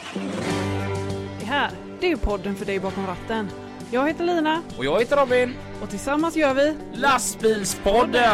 Det här, det är podden för dig bakom ratten. Jag heter Lina. Och jag heter Robin. Och tillsammans gör vi Lastbilspodden!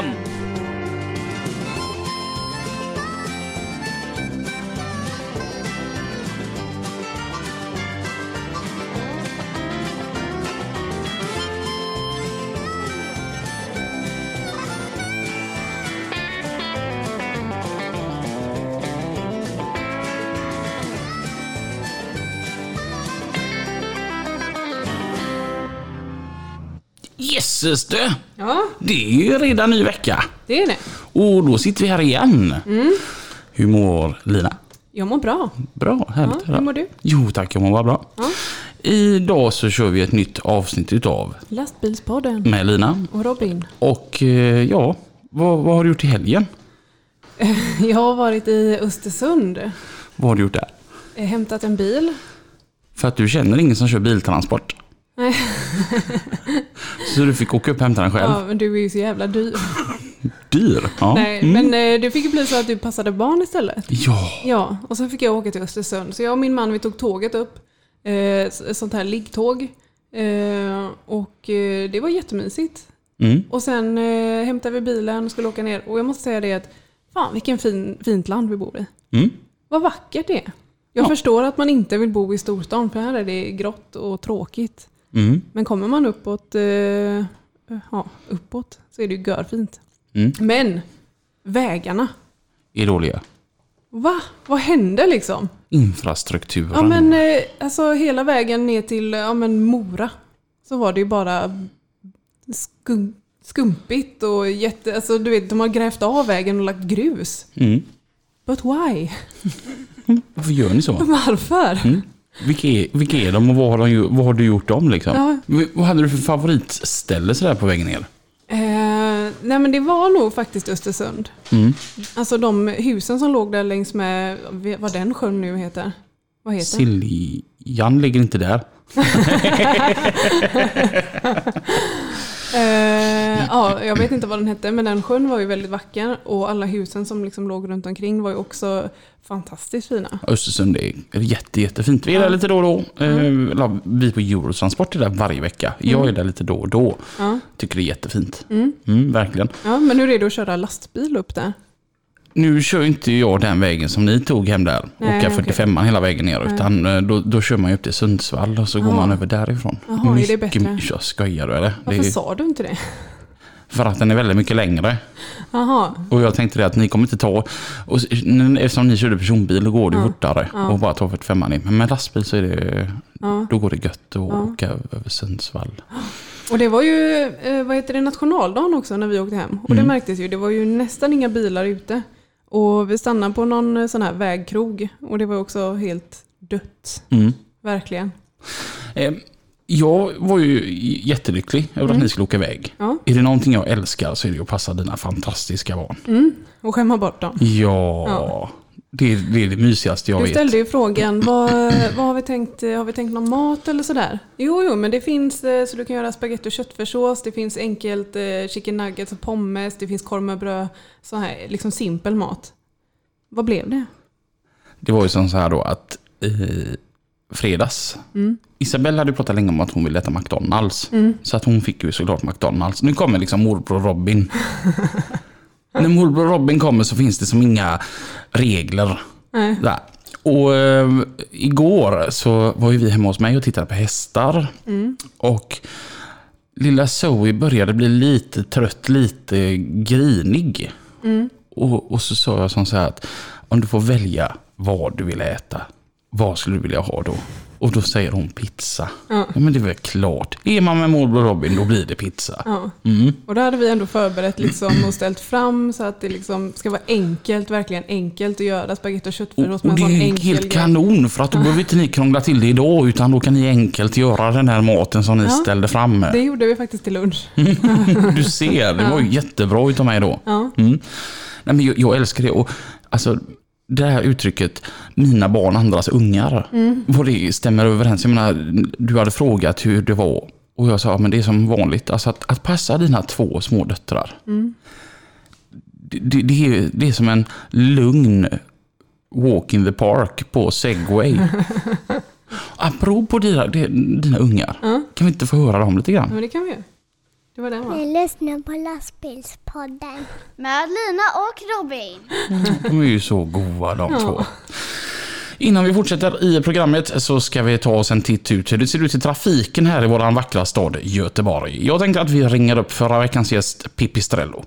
Jesus du! Ja, Det är ju redan ny vecka. det är det. Och då sitter vi här igen. Hur mår Lina? Jag mår bra. Bra, härligt. Ja, hur mår du? Jo tack, jag mår bara bra. Ja. Idag så kör vi ett nytt avsnitt utav Lastbilspodden. med Lina. Och Robin. Och ja, vad har du gjort i helgen? Jag har varit i Östersund. Vad har du gjort där? Hämtat en bil. För att du känner ingen som kör biltransport. Nej. Så du fick åka upp och hämta den själv. Ja, men du är ju så jävla dyr. Dyr? Ja. Nej, men det fick ju bli så att du passade barn istället. Ja. Ja, och så fick jag åka till Östersund. Så jag och min man, vi tog tåget upp. Sånt här liggtåg. Och det var jättemysigt. Och sen hämtade vi bilen och skulle åka ner. Och jag måste säga det att, fan vilken fint land vi bor i. Vad vackert det är. Jag förstår att man inte vill bo i storstan, för här är det grått och tråkigt. Men kommer man uppåt så är det ju görfint. Men vägarna. Är dåliga. Va? Vad hände liksom? Infrastrukturen. Ja men alltså hela vägen ner till Mora så var det ju bara skumpigt och alltså du vet, de har grävt av vägen och lagt grus. But why? Varför gör ni så? Varför? Vilka är de och vad har du gjort dem liksom? Ja. Vad hade du för favoritställe så där på vägen ner? Nej men det var nog faktiskt Östersund. Alltså de husen som låg där längs med, vad den sjön nu heter. Vad heter Siljan ligger inte där. Ja, jag vet inte vad den hette, men den sjön var ju väldigt vacker och alla husen som liksom låg runt omkring var ju också fantastiskt fina. Östersund är jättefint. Vi är där lite då och då. Vi på Eurotransport är där varje vecka. Jag är där lite då och då. Tycker det är jättefint. Verkligen. Ja, men hur är det att köra lastbil upp där? Nu kör inte jag den vägen som ni tog hem där. Åka 45an hela vägen ner. Utan då kör man ju upp till Sundsvall och så går man över därifrån. Jaha, är det bättre? Jag skojar du eller? Varför sa du inte det? För att den är väldigt mycket längre. Aha. Och jag tänkte det att ni kommer inte ta... Och eftersom ni körde personbil då går det fortare. Och bara ta 45an in. Men med lastbil så är det... Då går det gött att åka över Sundsvall. Och det var ju, nationaldagen också när vi åkte hem. Och det märktes ju, det var ju nästan inga bilar ute. Och vi stannade på någon sån här vägkrog. Och det var också helt dött. Verkligen. Jag var ju jättelycklig över att ni skulle åka iväg. Ja. Är det någonting jag älskar så är det att passa dina fantastiska barn. Och skämma bort dem. Ja. Det är det mysigaste jag vet. Du ställde ju frågan, vad har vi tänkt? Har vi tänkt någon mat eller sådär? Jo, men det finns, så du kan göra spaghetti och köttfärssås. Det finns enkelt chicken nuggets och pommes. Det finns korv med bröd. Så här, liksom simpel mat. Vad blev det? Det var ju så här då att fredags. Isabelle hade pratat länge om att hon ville äta McDonalds. Så att hon fick ju såklart McDonalds. Nu kommer liksom morbror Robin. När morbror Robin kommer så finns det som inga regler. Där. Och igår så var ju vi hemma hos mig och tittade på hästar. Och lilla Zoe började bli lite trött, lite grinig. Och så sa jag så här att om du får välja vad du vill äta, vad skulle du vilja ha då? Och då säger hon pizza. Ja, men det är väl klart. Är man med morbror Robin, då blir det pizza. Ja. Och då hade vi ändå förberett liksom och ställt fram så att det liksom ska vara enkelt, verkligen enkelt att göra spaghetti och köttfärssås med en sån enkel grej. Och det är helt kanon, för att då behöver inte ni krångla till det idag, utan då kan ni enkelt göra den här maten som ni ställde fram. Det gjorde vi faktiskt till lunch. Du ser, det var ju jättebra utav mig då. Nej, men jag älskar det. Och alltså... Det här uttrycket, mina barn, andras ungar, vad det stämmer överens. Jag menar, du hade frågat hur det var och jag sa, men det är som vanligt. Alltså att passa dina 2 små döttrar. Det är som en lugn walk in the park på Segway. Apropå dina ungar. Kan vi inte få höra dem lite grann? Men det kan vi ju. Det var den, va? Ni lyssnar på Lastbilspodden med Lina och Robin. De är ju så goda de två. Innan vi fortsätter i programmet så ska vi ta oss en titt ut hur det ser ut i trafiken här i våran vackra stad Göteborg. Jag tänker att vi ringer upp förra veckans gäst Pipistrello.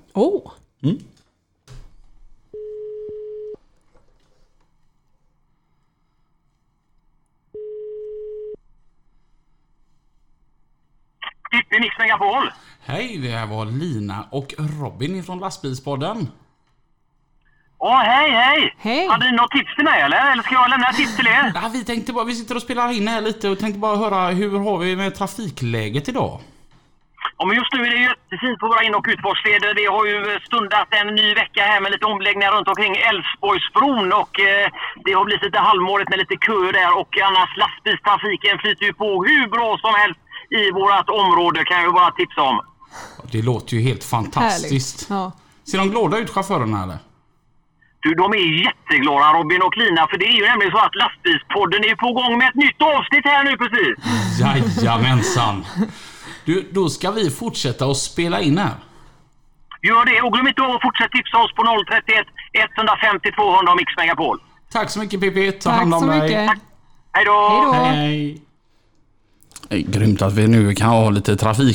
Pippi Mix Megapol. Hej, det här var Lina och Robin från Lastbilspodden. Hej. Hej. Har ni något tips till mig eller ska jag lämna ett tips till er? Ja, vi sitter och spelar in här lite och tänkte bara höra hur har vi med trafikläget idag? Ja, men just nu är det jättefint på våra in- och utfartsleder. Det har ju stundat en ny vecka här med lite omläggningar runt omkring Älvsborgsbron och det har blivit lite halvmåligt med lite köer där och annars lastbilstrafiken flyter ju på hur bra som helst i vårat område kan jag ju bara tipsa om. Det låter ju helt fantastiskt. Ja. Ser de glada ut, chaufförerna eller? Du, de är jätteglada Robin och Lina, för det är ju nämligen så att Lastbilspodden är på gång med ett nytt avsnitt här nu precis. Jajamensan. Du, då ska vi fortsätta att spela in här. Gör det och glöm inte att fortsätta tipsa oss på 031 150 200 Mix Megapol. Tack så mycket Pippi, ta Tack hand om så dig. mycket. Hej då! Hej. Grymt att vi nu kan ha lite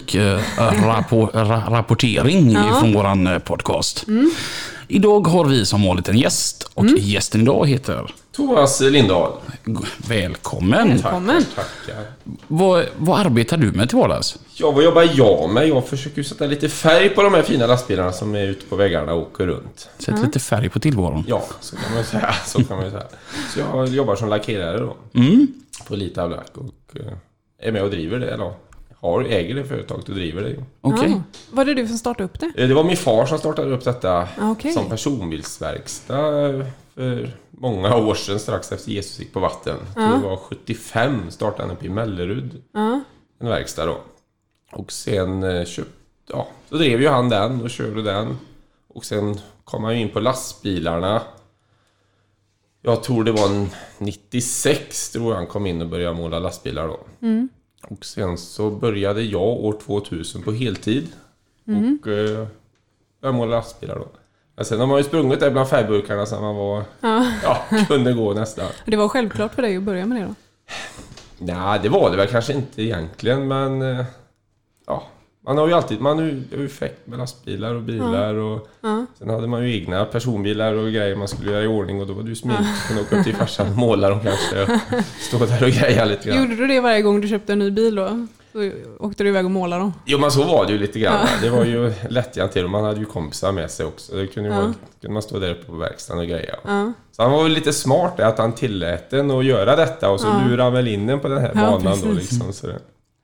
trafikrapportering från våran podcast. Idag har vi som vanligt en gäst och gästen idag heter Thomas Lindahl. Välkommen. Tackar. Vad arbetar du med till vardags? Ja, vad jobbar jag med? Jag försöker ju sätta lite färg på de här fina lastbilarna som är ute på vägarna och åker runt. Sätt lite färg på tillvaron. Ja, så kan man ju säga. Så jag jobbar som lackerare då. På lite av lack och är med och driver det. Eller äger det företaget och driver det. Okej. Var det du som startade upp det? Det var min far som startade upp detta Okej. som personbilsverkstad för många år sedan, strax efter Jesus gick på vatten. Det var 75 startade han upp i Mellerud. En verkstad då. Och sen så drev ju han den och körde den. Och sen kom han ju in på lastbilarna. Jag tror det var 96 tror jag han kom in och började måla lastbilar då. Och sen så började jag år 2000 på heltid. Och började måla lastbilar då. Men sen har man ju sprungit där bland färgburkarna så man var, kunde gå nästan. Det var självklart för dig att börja med det då? Nej, det var det väl kanske inte egentligen, men man har ju alltid, man är ju fäkt med lastbilar och bilar och sen hade man ju egna personbilar och grejer man skulle göra i ordning och då var det ju smidigt att kunna åka upp till farsan och måla dem kanske och stå där och greja lite grann. Gjorde du det varje gång du köpte en ny bil då? Så åkte du iväg och målade dem? Jo, men så var det ju lite grann. Det var ju lätt till och man hade ju kompisar med sig också. Det kunde man stå där uppe på verkstaden och greja. Så han var väl lite smart att han tillät den att göra detta och så lurade han väl in den på den här banan då liksom. Så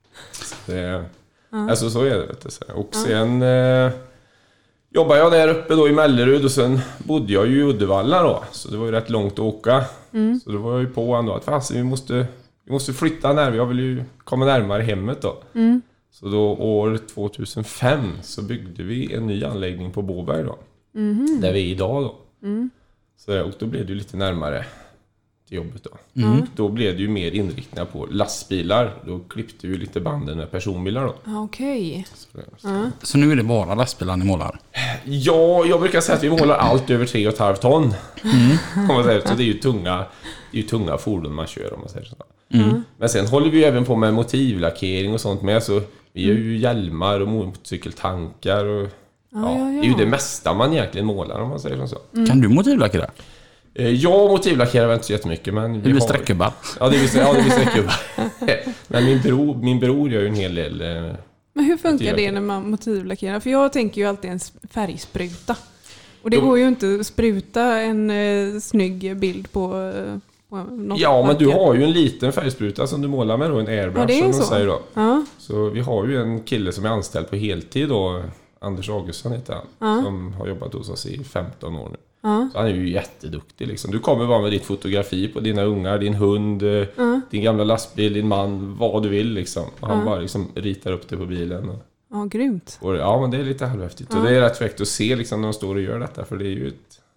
alltså så är det vet du. Och sen jobbade jag där uppe då i Mellerud och sen bodde jag ju i Uddevalla då. Så det var ju rätt långt att åka. Så då var jag ju på ändå att fast vi måste flytta närmare. Jag vill ju komma närmare hemmet då. Så då år 2005 så byggde vi en ny anläggning på Båberg då. Där vi är idag då. Så, och då blev det ju lite närmare till jobbet då. Då blev det ju mer inriktningar på lastbilar. Då klippte vi lite banden med personbilar då. Okej. Så nu är det bara lastbilar ni målar? Ja, jag brukar säga att vi målar allt över 3,5 ton. Om man säger så. Det är ju tunga fordon man kör om man säger så. Men sen håller vi ju även på med motivlackering och sånt med. Så vi gör ju hjälmar och motorcykeltankar och det är ju det mesta man egentligen målar om man säger så. Kan du motivlackera? Jag motivlackerar väl inte så jättemycket men det blir sträckgubbar. Ja, det blir sträckgubbar. Men min bror gör ju en hel del. Men hur funkar det när man motivlackerar? För jag tänker ju alltid en färgspruta. Och det går ju inte att spruta en snygg bild på något. Ja, men du har ju en liten färgspruta som du målar med då, en airbrush det är som så. man säger då. Ja. Så vi har ju en kille som är anställd på heltid då, Anders Augustsson heter han, som har jobbat hos oss i 15 år nu. Så han är ju jätteduktig liksom. Du kommer bara med ditt fotografi på dina ungar, din hund, din gamla lastbil, din man, vad du vill liksom. Och han bara liksom ritar upp det på bilen. Ja, grymt. Och, ja, men det är lite halvhäftigt. Och det är rätt fräckt att se liksom när de står och gör detta, för det är ju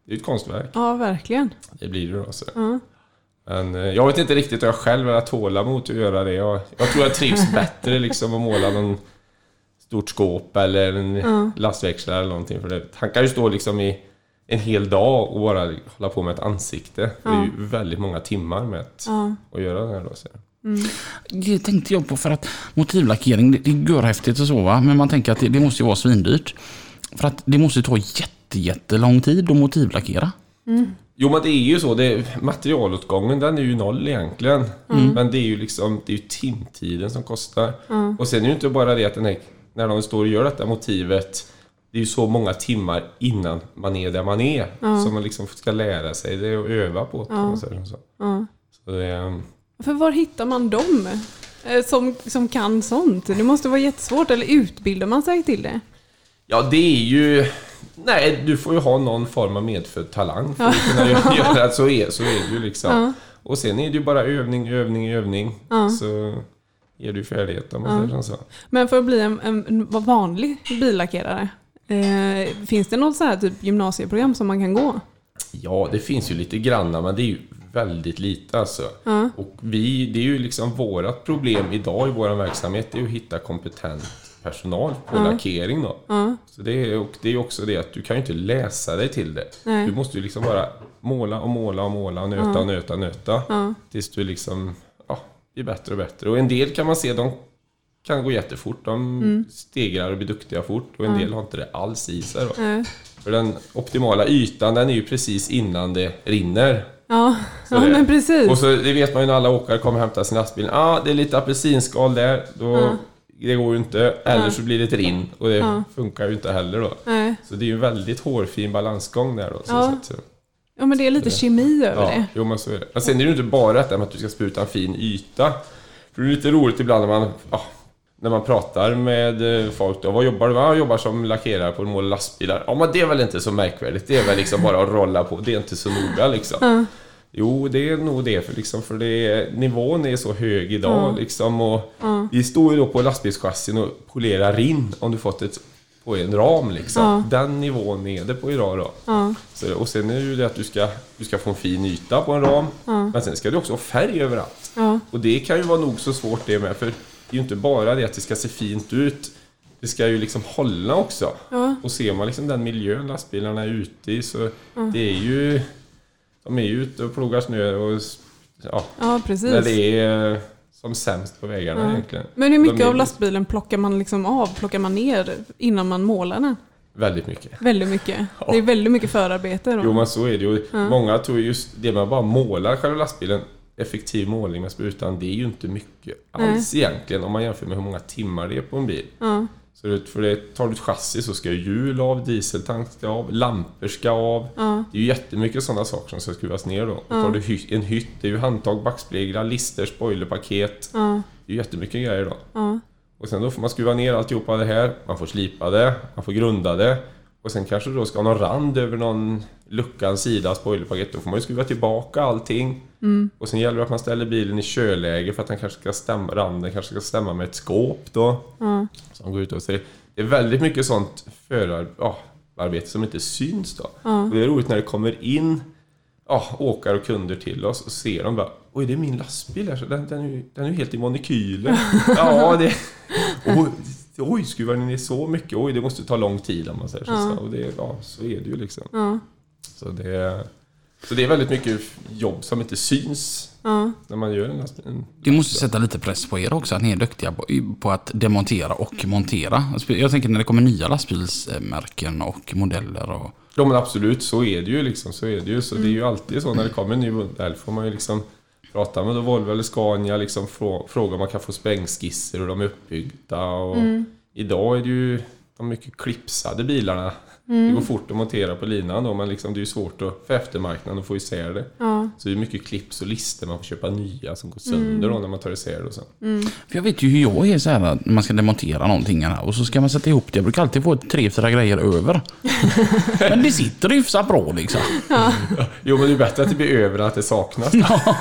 Det är ett konstverk. Ja, verkligen. Det blir det då. Så. Men jag vet inte riktigt hur jag själv har tålamod att göra det. Jag tror jag trivs bättre liksom att måla någon stort skåp eller en lastväxlare eller någonting. För det. Han kan ju stå liksom i en hel dag och bara hålla på med ett ansikte. För det är ju väldigt många timmar med att göra det här då. Så. Det tänkte jag på, för att motivlackering, det går häftigt och så, va? Men man tänker att det måste ju vara svindyrt. För att det måste ta jättelång tid att motivlackera. Jo, men det är ju så. Materialåtgången, den är ju noll egentligen. Men det är ju liksom, det är ju timtiden som kostar. Och sen är det ju inte bara det att när de står och gör detta motivet, det är ju så många timmar innan man är där man är. Så man liksom ska lära sig det och öva på det. Så det, för var hittar man dem som kan sånt? Det måste vara jättesvårt, eller utbildar man sig till det? Ja, det är ju... Nej, du får ju ha någon form av medfödd talang för att kunna göra det. Så är det ju liksom. Och sen är det ju bara övning. Så ger du färdighet om man säger så. Men för att bli en vanlig billackerare, finns det något så här typ gymnasieprogram som man kan gå? Ja, det finns ju lite granna, men det är ju väldigt lite alltså. Och det är ju liksom vårat problem idag i vår verksamhet, det är att hitta kompetent personal på lackering då. Så det är också det att du kan ju inte läsa dig till det. Nej. Du måste ju liksom bara måla och nöta tills du liksom blir bättre och bättre. Och en del kan man se, de kan gå jättefort, de stegrar och blir duktiga fort, och en del har inte det alls i sig då. För den optimala ytan, den är ju precis innan det rinner. Men precis. Och så det vet man ju när alla åkare kommer hämta sin lastbil. Det är lite apelsinskal där, då det går ju inte, eller så blir det ett rinn, och det funkar ju inte heller då. Så det är ju en väldigt hårfin balansgång där då. Ja, men det är lite kemi över det. Jo, men så är det. Men sen är det ju inte bara detta med att du ska spruta en fin yta. För det är lite roligt ibland när man pratar med folk då. Vad jobbar du med? Jag jobbar som lackerare på mål lastbilar. Ja, men det är väl inte så märkvärdigt. Det är väl liksom bara att rolla på. Det är inte så noga liksom. Jo, det är nog det, för nivån är så hög idag liksom, och vi står ju då på lastbilschassin och polerar rinn om du fått ett på en ram liksom. Den nivån är det på idag då. Så, och sen är det ju det att du ska få en fin yta på en ram, men sen ska du också ha färg överallt. Och det kan ju vara nog så svårt det med, för det är ju inte bara det att det ska se fint ut, det ska ju liksom hålla också. Och ser man liksom den miljön lastbilarna är ute i, så det är ju... De är ju ute och plogar snö och precis. När det är som sämst på vägarna egentligen. Men hur mycket av lastbilen plockar man ner innan man målar den? Väldigt mycket. Väldigt mycket. Det är väldigt mycket förarbete då. Jo, men så är det ju. Många tror just det, man bara målar själva lastbilen, effektiv målning med sprutan, det är ju inte mycket alls egentligen om man jämför med hur många timmar det är på en bil. Så för det tar du ett chassi så ska hjul av, dieseltank ska av, lampor ska av. Det är ju jättemycket sådana saker som ska skruvas ner då. Och tar du en hytt, det är ju handtag, backspeglar, lister, spoilerpaket. Det är ju jättemycket grejer då. Och sen då får man skruva ner alltihopa det här. Man får slipa det, man får grunda det. Och sen kanske du då ska ha någon rand över någon luckans sida, spoilerpaket. Då får man ju skruva tillbaka allting. Och sen gäller det att man ställer bilen i körläge för att den kanske ska randen kanske ska stämma med ett skåp då. Som går ut och ser. Det är väldigt mycket sånt förarbete som inte syns då. Och det är roligt när det kommer in åkare och kunder till oss och ser dem bara, oj, det är min lastbil här, så den är ju helt i monokylen. Oj, skruvar ni ner så mycket? Oj, det måste ta lång tid om man säger så. Och det, så är det ju liksom. Så det är väldigt mycket jobb som inte syns när man gör en lastbil. Det måste sätta lite press på er också, att ni är duktiga på att demontera och montera. Jag tänker när det kommer nya lastbilsmärken och modeller. Ja, men absolut, så är det ju liksom. Så är det ju. Så det är ju alltid så när det kommer en ny modell får man ju liksom prata med Volvo eller Scania, liksom fråga om man kan få sprängskisser och de är uppbyggda. Och idag är det ju de mycket klipsade bilarna. Det går fort att montera på linan då, men liksom det är ju svårt för eftermarknaden att få isär det. Så det är mycket klips och lister, man får köpa nya som går sönder då när man tar isär det och så. För jag vet ju hur jag är så här när man ska demontera någonting här, och så ska man sätta ihop det. Jag brukar alltid få 3-4 grejer över. Men det sitter hyfsat bra liksom. Jo, men det är bättre att det blir över än att det saknas.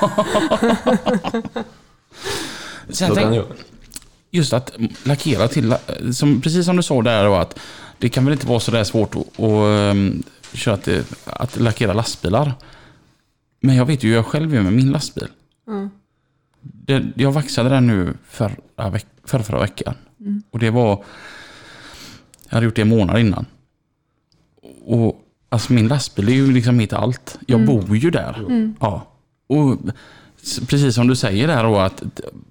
Sen just att lackera till, precis som du sa där, och att det kan väl inte vara så där svårt att kört att lackera lastbilar. Men jag vet ju hur jag själv gör med min lastbil. Jag vaxade den nu förra veckan. Och det var... Jag hade gjort det en månad innan. Och alltså min lastbil är ju liksom mitt allt. Jag bor ju där. Ja. Och precis som du säger där då, att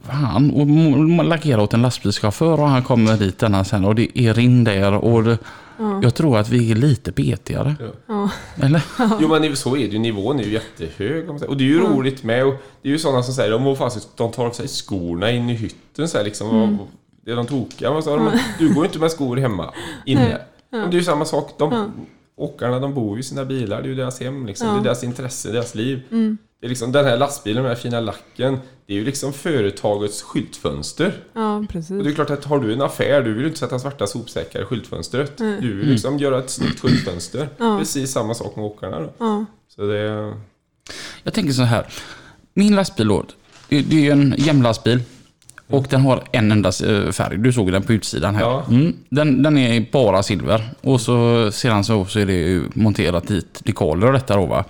man lackerar åt en lastbilschaufför och han kommer dit denna sen och det är ring där och jag tror att vi är lite betigare. Ja. Eller? Jo, men så är det ju. Nivån är ju jättehög. Och det är ju roligt med. Och det är ju sådana som säger de tar av sig skorna in i hytten. Så här, liksom, det är de tokiga. Men du går ju inte med skor hemma inne. Men det är ju samma sak. Åkarna, de bor ju i sina bilar. Det är ju deras hem. Liksom. Det är deras intresse, deras liv. Det är liksom, den här lastbilen med den här fina lacken, det är ju liksom företagets skyltfönster. Ja, precis. Och det är klart att har du en affär, du vill ju inte sätta svarta sopsäckar i skyltfönstret. Du vill liksom göra ett snyggt skyltfönster. Precis samma sak med åkarna då. Så det... Jag tänker så här. Min lastbil, det är en jämlastbil. Och den har en enda färg. Du såg den på utsidan här. Ja. Den är bara silver. Och så sedan så är det monterat dit dekaler och detta då, va?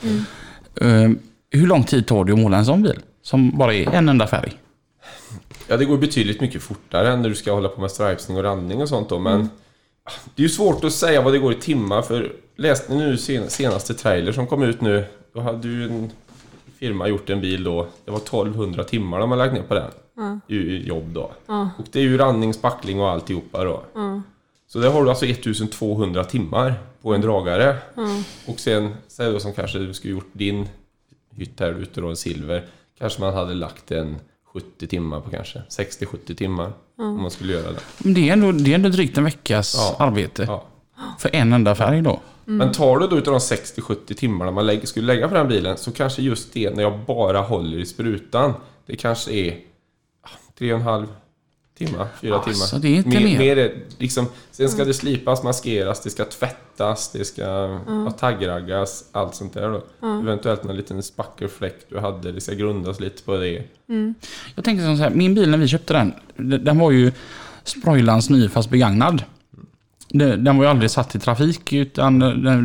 Hur lång tid tar det att måla en sån bil? Som bara är en enda färg? Ja, det går betydligt mycket fortare än när du ska hålla på med stripesning och randning och sånt då. Men det är ju svårt att säga vad det går i timmar. För läste ni nu senaste trailer som kom ut nu. Då hade ju en firma gjort en bil då. Det var 1200 timmar de har lagt ner på den. I jobb då. Och det är ju randning, spackling och alltihopa då. Så där har du alltså 1200 timmar på en dragare. Och sen säg då som kanske du skulle gjort din hytt här ute då, en silver. Kanske man hade lagt en 70 timmar på kanske. 60-70 timmar om man skulle göra det. Men det är ändå drygt en veckas arbete. Ja. För en enda färg då. Men tar du då utav de 60-70 timmarna man skulle lägga på den bilen, så kanske just det när jag bara håller i sprutan, det kanske är 3,5 timmar, 4 timmar. Så det är inte mer. Liksom, sen ska det slipas, maskeras, det ska tvättas, det ska taggraggas, allt sånt där då. Eventuellt någon liten spackelfläck du hade, det ska grundas lite på det. Jag tänker så här, min bil när vi köpte den var ju Sproilans ny fast begagnad. Den var ju aldrig satt i trafik utan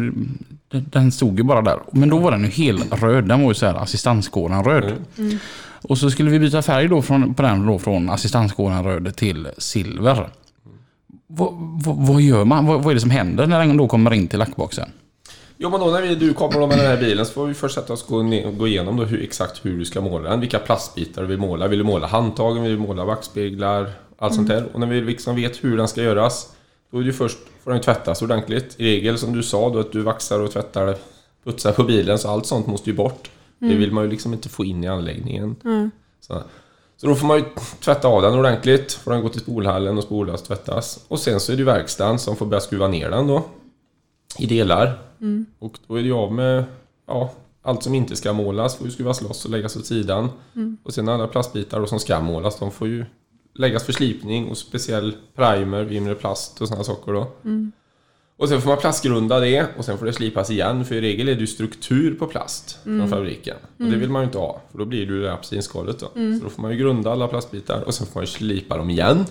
den stod ju bara där. Men då var den ju helt röd, den var ju så här assistanskåren röd. Och så skulle vi byta färg då på den då från assistanskåren röd till silver. Vad gör man? Vad är det som händer när den då kommer in till lackboxen? Jo, men då när du kommer med den här bilen så får vi först sätta oss och gå igenom då exakt hur du ska måla den. Vilka plastbitar du vill måla. Vill du måla handtagen, vill du måla backspeglar, allt sånt där. Och när vi liksom vet hur den ska göras, då är det först får den tvättas ordentligt. I regel som du sa då, att du vaxar och tvättar, putsar på bilen, så allt sånt måste ju bort. Det vill man ju liksom inte få in i anläggningen. Så då får man ju tvätta av den ordentligt. Får den gå till spolhallen och spolas, tvättas. Och sen så är det verkstaden som får börja skruva ner den då. I delar. Och då är det ju av med allt som inte ska målas får ju skruvas loss och läggas åt sidan. Och sen alla plastbitar då som ska målas, de får ju läggas för slipning och speciell primer, vimre plast och sådana saker då. Och sen får man plastgrunda det och sen får det slipas igen, för i regel är det ju struktur på plast från fabriken. Och det vill man ju inte ha, för då blir det ju det apelsinskalet då. Så då får man ju grunda alla plastbitar och sen får man ju slipa dem igen.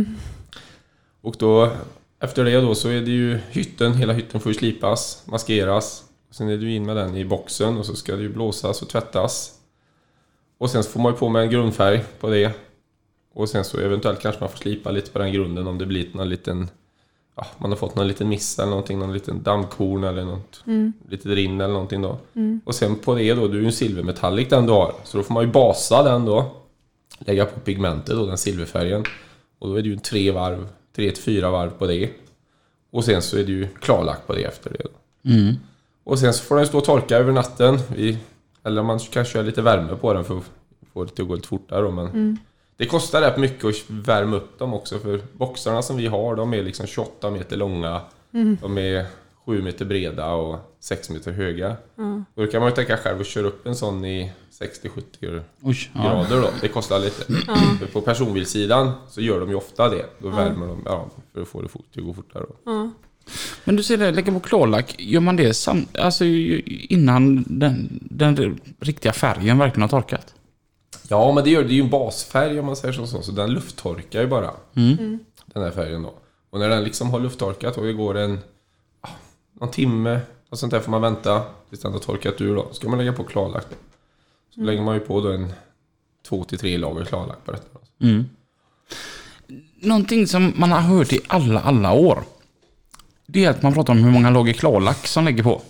Och då efter det då så är det ju hela hytten får ju slipas, maskeras. Och sen är du in med den i boxen och så ska det ju blåsas och tvättas. Och sen så får man ju på med en grundfärg på det. Och sen så eventuellt kanske man får slipa lite på den grunden om det blir någon liten, man har fått någon liten miss eller någonting, någon liten dammkorn eller något, lite rinn eller någonting då. Och sen på det då, du är ju en silvermetallic den du har, så då får man ju basa den då, lägga på pigmentet då, den silverfärgen. Och då är det ju 3-4 varv på det. Och sen så är det ju klarlack på det efter det då. Och sen så får den stå och torka över natten. Eller man kan köra lite värme på den för att få det till att gå lite fortare då, men det kostar rätt mycket att värma upp dem också, för boxarna som vi har, de är liksom 28 meter långa. De är 7 meter breda och 6 meter höga. Och då kan man ju tänka själv att köra upp en sån i 60-70 grader då. Det kostar lite. För på personbilsidan så gör de ju ofta det. Då värmer de för att få det att gå fortare då. Men du ser det, lägga på klorlack, gör man det alltså innan den riktiga färgen verkligen har torkat? Ja, men det är ju en basfärg om man säger så den lufttorkar ju bara. Den här färgen då. Och när den liksom har lufttorkat och det går någon timme, Och sånt där får man vänta tills den har torkat ur då. Ska man lägga på klarlack då. Så lägger man ju på då 2-3 lager klarlack på detta. Någonting som man har hört i alla år. Det är att man pratar om hur många lager klarlack som lägger på.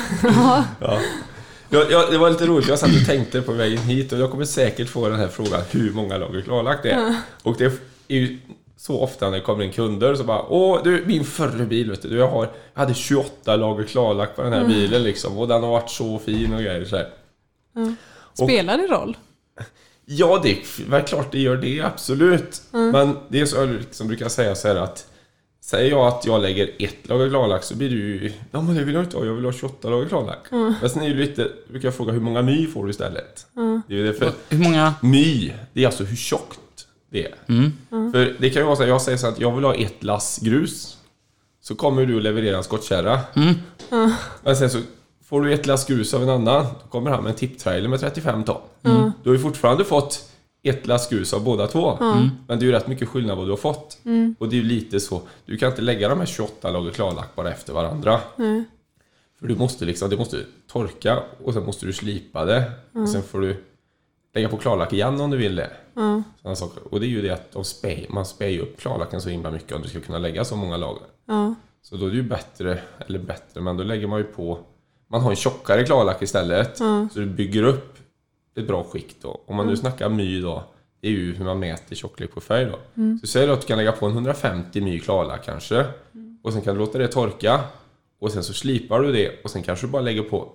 Ja, det var lite roligt. Jag satt och tänkte på vägen hit. Och jag kommer säkert få den här frågan. Hur många lager klarlack det är. Och det är ju så ofta när det kommer in kunder. Så bara, åh du, min förra bil vet du. Jag hade 28 lager klarlack på den här bilen liksom. Och den har varit så fin och grejer så här. Spelar det roll? Ja, det är klart det gör det, absolut. Men det är så jag liksom brukar säga så här att säger jag att jag lägger 1 lager klarlack så blir det ju, ja men det vill jag inte ha, jag vill ha 28 lager klarlack. Men sen är det lite, brukar jag fråga hur många my får du istället? Det är ju det för Hur många? my, det är alltså hur tjockt det är. För det kan ju vara så att jag säger så att jag vill ha 1 lass grus. Så kommer du att leverera en skottkärra. Men sen så får du 1 lass grus av en annan, då kommer han med en tipptrailer med 35 ton. Du har ju fortfarande fått 1 lass grus av båda två. Men det är ju rätt mycket skillnad vad du har fått. Och det är ju lite så, du kan inte lägga de här 28 lager klarlack bara efter varandra. För du måste liksom, det måste torka och sen måste du slipa det. Och sen får du lägga på klarlack igen om du vill det. Sådana saker. Och det är ju det att man spär ju upp klarlacken så himla mycket om du ska kunna lägga så många lager. Så då är det ju bättre, men då lägger man ju på, man har en tjockare klarlack istället. Så du bygger upp ett bra skikt då. Om man nu snackar my då, det är ju hur man mäter tjocklek på färg då. Så säger du att du kan lägga på en 150 my klarlack kanske. Och sen kan du låta det torka. Och sen så slipar du det. Och sen kanske du bara lägger på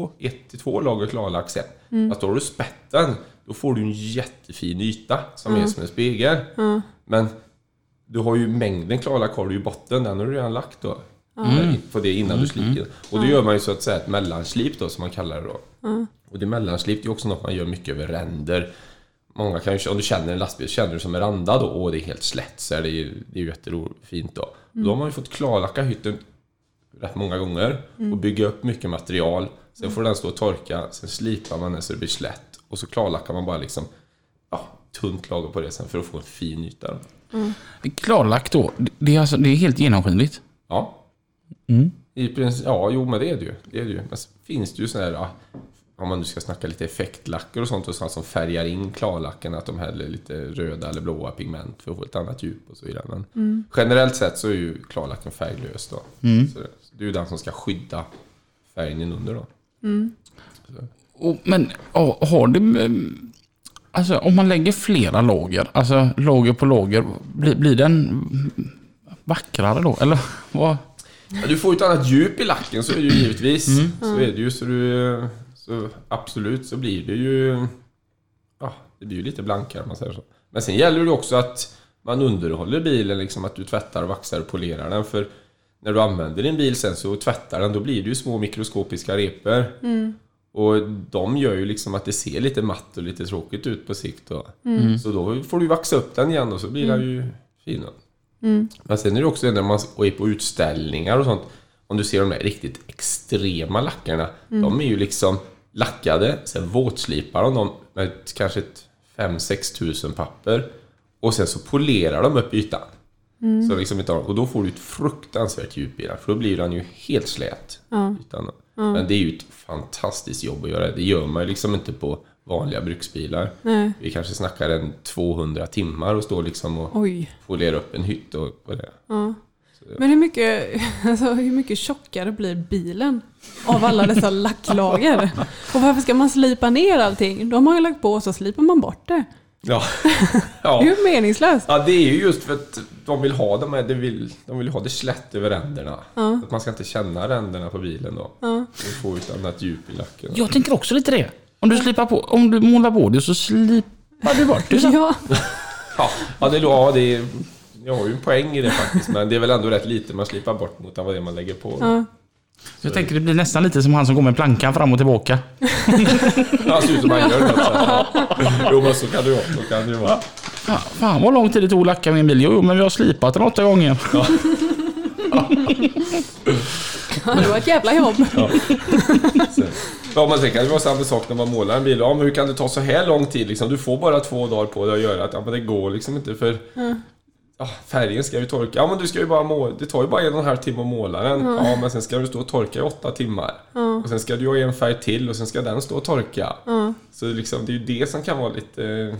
1-2 lager klarlack sen. Att då har du spetten. Då får du en jättefin yta som är som en spegel. Men du har ju mängden klarlack har du i botten. Den har du redan lagt då. På det innan du sliper. Och då gör man ju så att säga ett mellanslip då som man kallar det då. Och det mellanslip är också något man gör mycket över ränder. Många kan ju, om du känner en lastbil, känner du som en randa då. Och det är helt slätt så är det är ju jättefint då. Då har man ju fått klarlacka hytten rätt många gånger. Och bygga upp mycket material. Sen får den stå och torka. Sen slipar man den så det blir slätt. Och så klarlackar man bara liksom tunt lager på det sen för att få en fin yta. Klarlack då, det är helt genomskinligt. Ja. I princip, men det är det ju. Men så finns det ju sådana här, om man nu ska snacka lite effektlacker och sånt och sånt som färgar in klarlacken, att de häller lite röda eller blåa pigment för att få ett annat djup och så vidare. Men generellt sett så är ju klarlacken färglös då. Så det är ju den som ska skydda färgen inunder då. Men har det... Alltså om man lägger flera lager, alltså lager på lager, blir den vackrare då? Eller vad? Ja, du får ett annat djup i lacken, så är det ju givetvis. Så är det ju, så absolut så blir det ju, det blir ju lite blankare om man säger så. Men sen gäller det också att man underhåller bilen, liksom att du tvättar, vaxar och polerar den. För när du använder din bil sen så tvättar den, då blir det ju små mikroskopiska repor. Och de gör ju liksom att det ser lite matt och lite tråkigt ut på sikt då. Så då får du vaxa upp den igen och så blir den ju fin. Men sen är det också när man är på utställningar och sånt, om du ser de här riktigt extrema lackarna, de är ju liksom lackade, sen våtslipar de med kanske ett 5-6 tusen papper och sen så polerar de upp ytan. Så liksom och då får du ett fruktansvärt djup i den, för då blir den ju helt slät ytan. Men det är ju ett fantastiskt jobb att göra. Det gör man ju liksom inte på vanliga bruksbilar. Nej. Vi kanske snackar en 200 timmar och står liksom och polerar upp en hytt och det. Men hur mycket tjockare blir bilen av alla dessa lacklager? Och varför ska man slipa ner allting? De har ju lagt på och så slipar man bort det. Ja. Det är ju meningslöst. Ja, det är ju just för att de vill ha de vill ha det slätt över ränderna. Att man ska inte känna ränderna på bilen då. Du får ett annat djup i lacken. Jag tänker också lite det. Om du målar på det så slipar du bort det så. Jag har ju en poäng i det faktiskt, men det är väl ändå rätt lite man slipar bort mot vad det man lägger på. Jag tänker det blir nästan lite som han som går med plankan fram och tillbaka. Ja, ser ut som man gör det. Jo, men så kan det vara. Fan vad lång tid det tog att lacka min bil. Jo, men vi har slipat den 8 gånger. Det var ett jävla jobb. Men sen kan det vara samma sak när man målar en bil. Men hur kan det ta så här lång tid? Liksom? Du får bara 2 dagar på dig att göra det. Men det går liksom inte, för färgen ska ju torka. Ja, men du ska ju bara måla. Det tar ju bara 1,5 timme att måla den. Ja, men sen ska du stå och torka i 8 timmar. Och sen ska du ha en färg till och sen ska den stå och torka. Så liksom, det är ju det som kan vara lite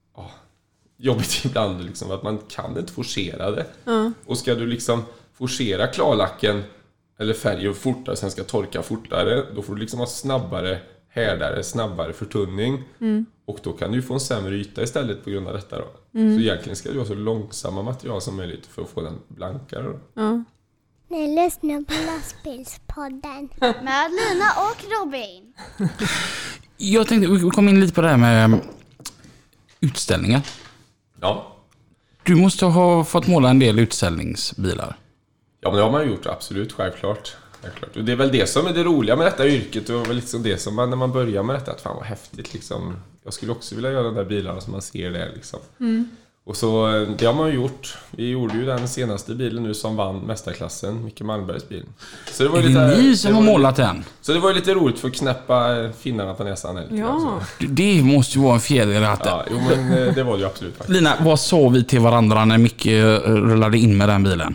jobbigt ibland liksom, att man kan inte forcera det. Och ska du liksom forcera klarlacken eller färgen fortare, sen ska torka fortare, då får du liksom ha snabbare härdare, snabbare förtunning. Och då kan du få en sämre yta istället på grund av detta då. Så egentligen ska du ha så långsamma material som möjligt för att få den blankare då. Ni lyssnar på Lastbilspodden med Lina och Robin. Jag tänkte, vi kom in lite på det här med utställningar. Ja. Du måste ha fått måla en del utställningsbilar. Ja, men det har man gjort, absolut, självklart. Och det är väl det som är det roliga med detta yrket, och väl liksom det som man, när man börjar med detta, att fan vad häftigt liksom. Jag skulle också vilja göra de där bilarna som man ser där liksom. Och så det har man ju gjort. Vi gjorde ju den senaste bilen nu som vann mästarklassen, Micke Malmbergs bil. Så det var är lite, det ni som har målat den? Så det var ju lite roligt för att knäppa finnarna på näsan lite. Ja. Alltså. Det måste ju vara en fjäder i hatten. Ja, jo, men det var det ju absolut faktiskt. Lina, vad sa vi till varandra när Micke rullade in med den bilen?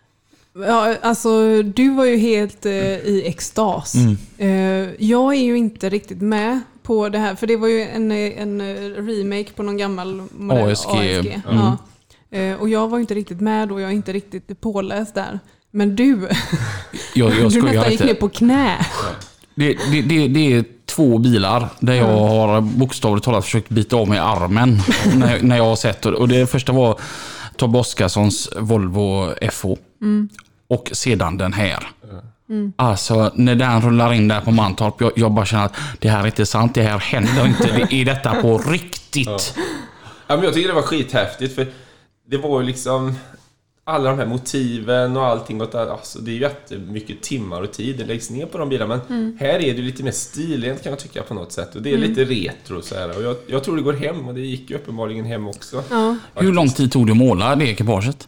Ja, alltså du var ju helt i extas. Jag är ju inte riktigt med på det här, för det var ju en remake på någon gammal modell, ASG. Ja. Och jag var ju inte riktigt med då, jag är inte riktigt påläst där. Men du, du nästan gick ner på knä. Det är 2 bilar där jag har bokstavligt talat försökt bita av mig armen när jag har sett. Och det första var Tobbe Oskarssons Volvo FH. Och sedan den här. Alltså när den rullar in där på Mantorp, jag bara känner att det här är inte sant, det här händer inte, är detta på riktigt? Ja, men jag tycker det var skithäftigt, för det var ju liksom alla de här motiven och allting, alltså det är ju jättemycket timmar och tid det läggs ner på de bilarna, men här är det lite mer stilrent kan jag tycka på något sätt, och det är lite retro så här, och jag tror det går hem, och det gick ju uppenbarligen hem också. Hur lång tid tog det att måla det ekipaget?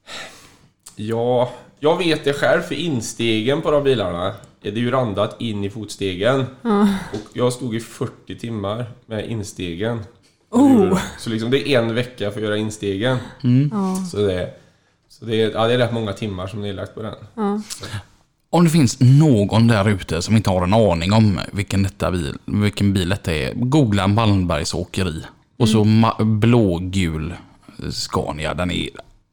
Ja, jag vet det själv, för instegen på de bilarna är det ju randat in i fotstegen. Och jag stod i 40 timmar med instegen. Så liksom det är 1 vecka för att göra instegen. Så det är rätt många timmar som ni har lagt på den. Om det finns någon där ute som inte har en aning om vilken bil detta är, googla Malmbergs åkeri. Och så blågul Scania, den är...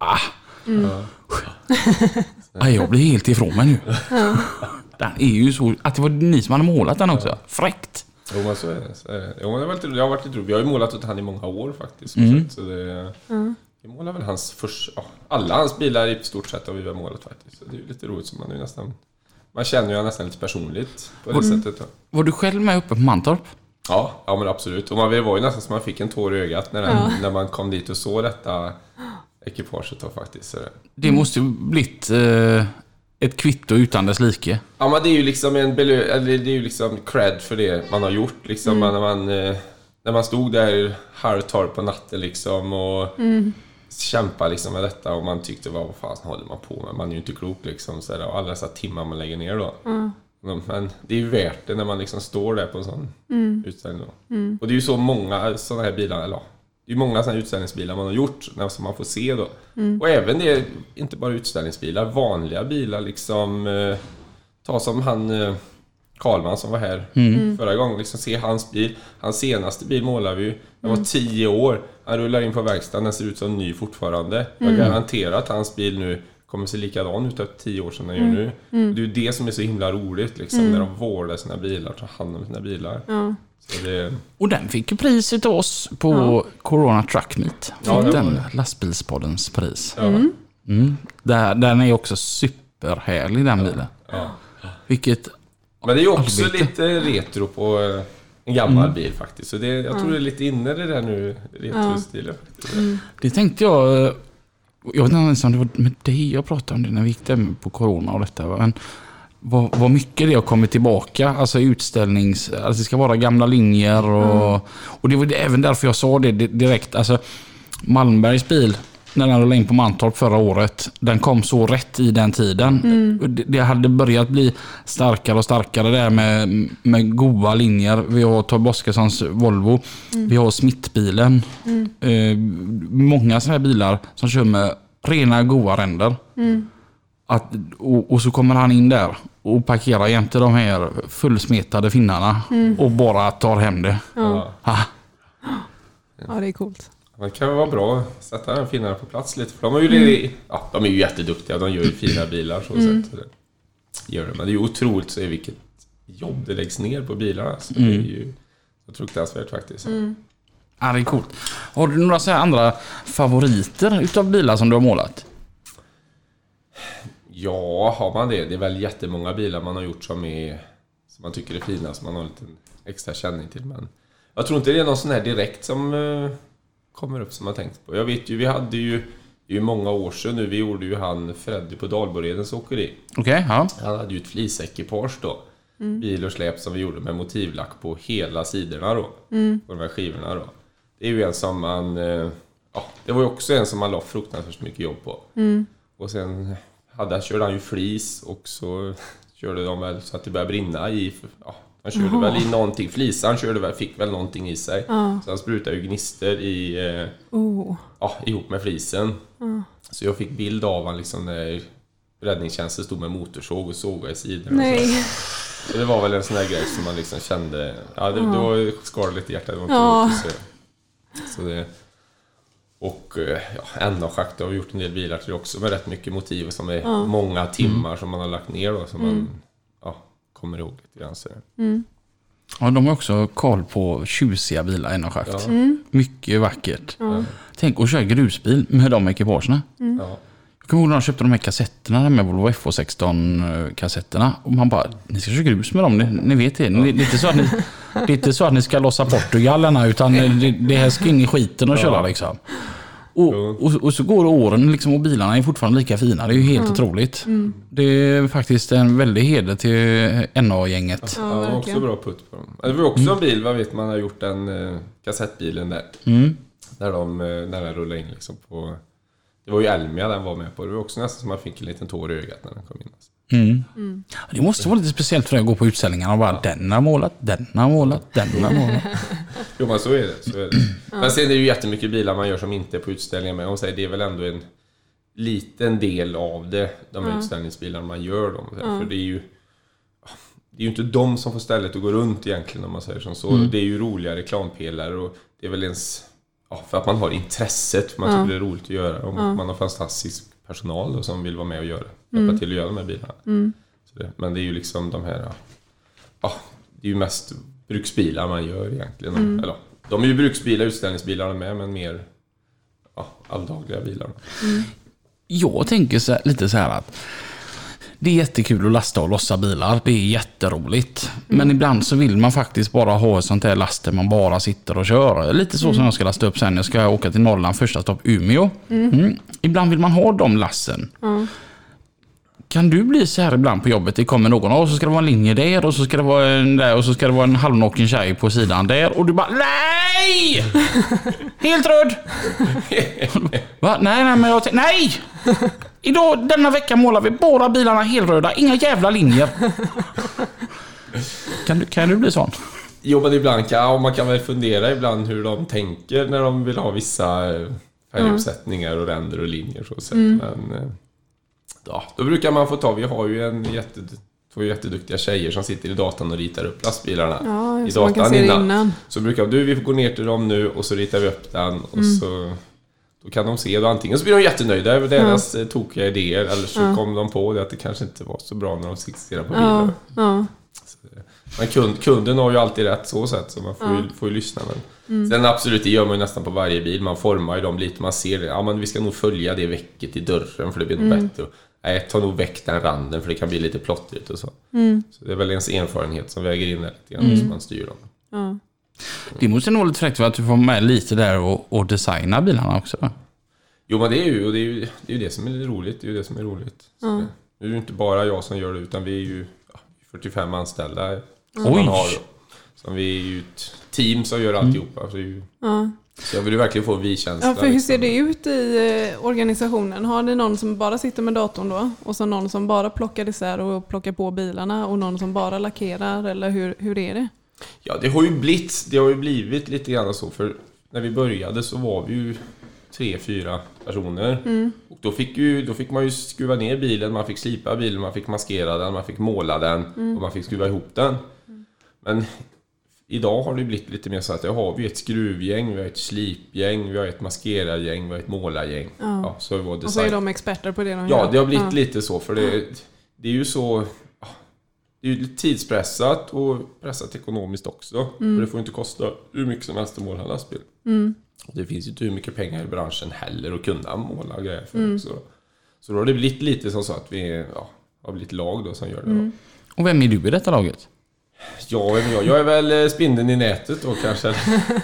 Jag blir helt ifrån mig nu. Den är ju så... Att det var ni som hade målat den också. Fräckt. Jo, men så är det. Jo, men det har varit lite roligt. Vi har ju målat åt han i många år faktiskt. Så det... Vi målar väl alla hans bilar i stort sett har vi väl målat faktiskt. Så det är ju lite roligt, som man är nästan... Man känner ju nästan lite personligt på det sättet. Då. Var du själv med uppe på Mantorp? Ja, men absolut. Och det var ju nästan som man fick en tår i ögat när man kom dit och såg detta ekipaget då faktiskt. Så det måste ju blivit ett kvitto utan dess like. Ja, men det är ju liksom det är ju liksom cred för det man har gjort liksom, när man stod där halvtorr på natten liksom och kämpade liksom med detta, och man tyckte vad fan håller man på med, man är ju inte klok liksom så där, och alla dessa timmar man lägger ner då. Men det är ju värt det när man liksom står där på en sån utställning då. Och det är ju så många sådana här bilar, eller det är många sådana utställningsbilar man har gjort som man får se då. Och även det är inte bara utställningsbilar, vanliga bilar liksom, ta som han Karlman som var här förra gången, liksom se hans bil. Hans senaste bil målade vi ju. Den var 10 år. Han rullar in på verkstaden, den ser ut som ny fortfarande. Jag garanterar att hans bil nu kommer se likadan ut efter 10 år som den gör nu. Det är ju det som är så himla roligt liksom, när de vårdar sina bilar, tar hand om sina bilar. Så det... Och den fick ju pris utav oss på Corona Truck Meet. Den lastbilspoddens pris. Den är också superhärlig, den bilen. Vilket... Men det är ju också lite retro på en gammal bil faktiskt. Så jag tror det är lite inne det där nu, retro-stilen faktiskt. Det tänkte jag vet inte om det var med dig jag pratade om det när vi gick där på Corona och detta. Men vad mycket det har kommit tillbaka. Alltså alltså det ska vara gamla linjer och det var även därför jag sa det direkt. Alltså Malmbergs bil, när den rullade in på Mantorp förra året, den kom så rätt i den tiden. Det hade börjat bli starkare och starkare där med goda linjer. Vi har Tobbe Oskarssons Volvo. Vi har Smith-bilen. Många sådana här bilar som kör med rena goda ränder. Och så kommer han in där och parkerar jämte de här fullsmetade finnarna och bara tar hem det. Ja, det är coolt. Det kan vara bra att sätta den finnarna på plats lite. För de är ju jätteduktiga. De gör ju fina bilar så sätt. Gör det. Men det är ju otroligt så vilket jobb det läggs ner på bilarna. Så det är ju fruktansvärt faktiskt. Ja, det är coolt. Har du några så här andra favoriter utav bilar som du har målat? Ja, har man det? Det är väl jättemånga bilar man har gjort som man tycker är fina, som man har en liten extra känning till. Men jag tror inte det är någon sån här direkt som kommer upp som man tänkt på. Jag vet ju, vi hade ju många år sedan nu, vi gjorde ju Freddy på Dalboredens åkeri. Okej, ja. Han hade ju ett flisekipage då. Bil och släp som vi gjorde med motivlack på hela sidorna då. På de här skivorna då. Det är ju en som man... det var ju också en som man la fruktansvärt mycket jobb på. Och sen körde han ju flis och så körde de väl så att det började brinna i... Han körde väl i någonting. Flisan fick väl någonting i sig. Så han sprutade ju gnister ihop med flisen. Så jag fick bild av han liksom när räddningstjänsten stod med motorsåg och sågade i sidorna. Nej. Så det var väl en sån där grej som man liksom kände... Ja, det var skadade lite hjärtat. Så det... Och NA-schakt har vi gjort en del bilar till också med rätt mycket motiv som är många timmar som man har lagt ner då, som man kommer ihåg lite grann. Ja, de har också koll på tjusiga bilar, NA-schakt. Mycket vackert. Tänk att köra grusbil med de ekipagerna. Jag kommer ihåg när de köpte de här kassetterna med Volvo FH16-kassetterna. Och man bara, ni ska köra grus med dem, ni vet det. Det är inte så att ni ska lossa Portugalerna, utan det här ska in i skiten och köra liksom. Och så går åren liksom, och bilarna är fortfarande lika fina. Det är ju helt otroligt. Det är faktiskt en väldig heder till NA-gänget. Ja, det var också bra putt på dem. Det var också en bil, vad vet man har gjort den kassettbilen där. När den rullade in liksom på... Det var ju Elmia den var med på. Det var också nästan som man fick en liten tår i ögat när den kom in. Det måste vara lite speciellt för dig att gå på utställningarna och bara den har målat. Jo, men så är det. Men sen är det ju jättemycket bilar man gör som inte är på utställningar. Men det är väl ändå en liten del av de utställningsbilarna man gör. För det är ju inte de som får stället att gå runt egentligen, om man säger som så. Det är ju roliga reklampelare och det är väl ens... för att man har intresset, man tycker det är roligt att göra och man har fantastisk personal och som vill vara med och hjälpa till att göra de här bilarna. Men det är ju liksom de här det är ju mest bruksbilar man gör egentligen. Eller, de är ju bruksbilar, utställningsbilar med, men mer alldagliga bilar. Jag tänker lite så här att det är jättekul att lasta och lossa bilar. Det är jätteroligt. Men ibland så vill man faktiskt bara ha ett sånt här last där man bara sitter och kör. Lite så som jag ska lasta upp sen. Jag ska åka till Norrland, första stopp Umeå. Ibland vill man ha de lassen. Kan du bli så här ibland på jobbet? Det kommer någon och så ska det vara en linje där och så ska det vara en där och så ska det vara en halvnaken tjej på sidan där och du bara nej! Helt röd. Va? Nej, men nej! Idag, denna vecka målar vi bara bilarna helröda, inga jävla linjer. Kan du bli sån? Jo, men ibland man kan väl fundera ibland hur de tänker när de vill ha vissa färguppsättningar och ränder och linjer så. Men då brukar man få vi har ju två jätteduktiga tjejer som sitter i datorn och ritar upp lastbilarna i datan innan. Så brukar vi får gå ner till dem nu och så ritar vi upp den och så då kan de se det. Antingen så blir de jättenöjda över deras tokiga idéer eller så kommer de på det att det kanske inte var så bra när de ser på bilen. Men kunden har ju alltid rätt så sätt så man får ju lyssna. Men sen absolut, det gör man ju nästan på varje bil. Man formar ju dem lite, man ser det. Ja, men vi ska nog följa det väcket i dörren för det blir bättre. Nej, ta nog väck den randen för det kan bli lite plottrigt och så. Så det är väl ens erfarenhet som väger in lite grann som man styr dem. Det måste nog lite fräckt för att du får med lite där och designa bilarna också. Jo, men det är ju det som är roligt. Det är ju det som är roligt. Så det är ju inte bara jag som gör det utan vi är ju 45 anställda som har. Som vi är ju ett team som gör alltihopa. Så jag vill ju verkligen få vi-känsla. Ja, för hur ser det ut i organisationen? Har ni någon som bara sitter med datorn då? Och så någon som bara plockar isär och plockar på bilarna? Och någon som bara lackerar? Eller hur är det? Ja, det har ju blivit lite grann så. För när vi började så var vi ju 3-4 personer. Och då fick man ju skruva ner bilen, man fick slipa bilen, man fick maskera den, man fick måla den och man fick skruva ihop den. Men idag har det blivit lite mer så att har vi ett skruvgäng, vi har ett slipgäng, vi har ett maskerargäng, vi har ett målargäng. Ja, så var det. Och så är de experter på det de gör. Ja, det har blivit lite så, för det är ju så... Det är ju lite tidspressat och pressat ekonomiskt också. För det får inte kosta hur mycket som helst att måla en lastbil. Och det finns ju inte hur mycket pengar i branschen heller att kunna måla grejer för också. Så då har det blivit lite som så att vi har blivit lag då som gör det. Då. Och vem är du i detta laget? Jag är väl spindeln i nätet då kanske.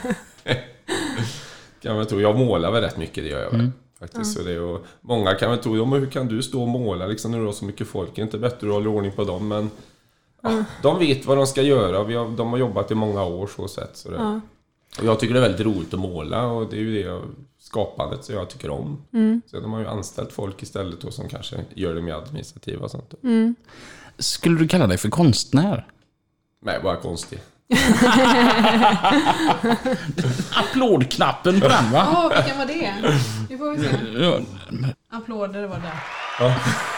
Kan man tro. Jag målar väl rätt mycket, det gör jag väl. Faktiskt. Så det, och många kan väl tro, men hur kan du stå och måla liksom, när du har så mycket folk? Det är inte bättre att hålla ordning på dem, men de vet vad de ska göra. De har jobbat i många år så sätt. Så det. Och jag tycker det är väldigt roligt att måla, och det är ju det skapandet som jag tycker om. Så de har ju anställt folk istället då, som kanske gör det mer administrativa och sånt. Skulle du kalla dig för konstnär? Nej, bara konstig. Applådknappen på den, va? Vilken var det? Vi får vi se. Applåder var det. Ja.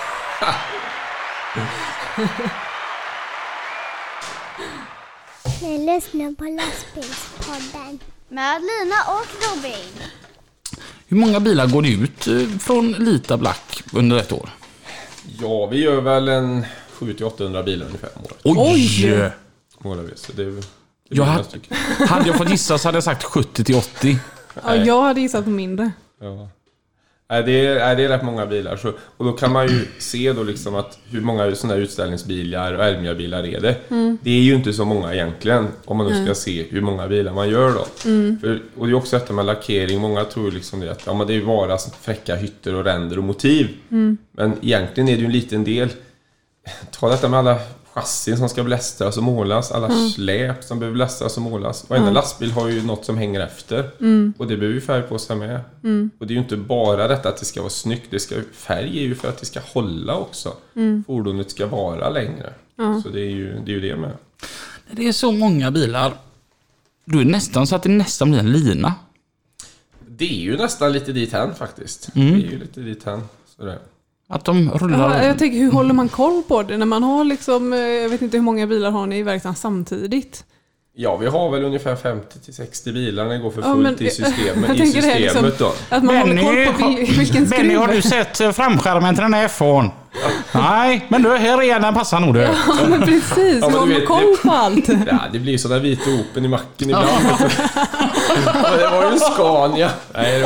Ni lyssnar på Lastbilspodden med Lina och Robin. Hur många bilar går det ut från Lita Black under ett år? Ja, vi gör väl en 700-800 bilar ungefär om året. Oj! Målar vi, så det hade jag fått gissa så hade jag sagt 70-80. Ja, jag hade gissat på mindre. Ja. Det är rätt många bilar. Så, och då kan man ju se då liksom att hur många sådana här utställningsbilar och Elmia-bilar är det. Det är ju inte så många egentligen, om man nu ska se hur många bilar man gör då. Och det är också detta med lackering. Många tror liksom det att det är ju bara fräcka hytter och ränder och motiv. Men egentligen är det ju en liten del. Ta detta med alla chassin som ska blästras och målas, alla släp som behöver blästras och målas. Varenda lastbil har ju något som hänger efter. Och det behöver ju färg på sig med. Och det är ju inte bara detta att det ska vara snyggt. Färg är ju för att det ska hålla också. Fordonet ska vara längre. Så det är ju det med. Det är så många bilar. Du är nästan så att det nästan blir en lina. Det är ju nästan lite dit hän faktiskt. Det är ju lite dit hän. Sådär. Att de rullar. Ja, jag tänker, hur håller man koll på det när man har liksom, jag vet inte hur många bilar har ni i verksamheten samtidigt? Ja, vi har väl ungefär 50-60 bilar när det går för fullt i systemet, jag tänker det liksom, då. Att man håller koll på vilken skruv. Benny, har du sett framskärmen till den här F-on? Nej, men du, här är den, passar nog det. Ja, men precis. Ja, man har koll på allt. Ja, det blir sådana vita open i macken ibland. Det var ju en Scania. Nej,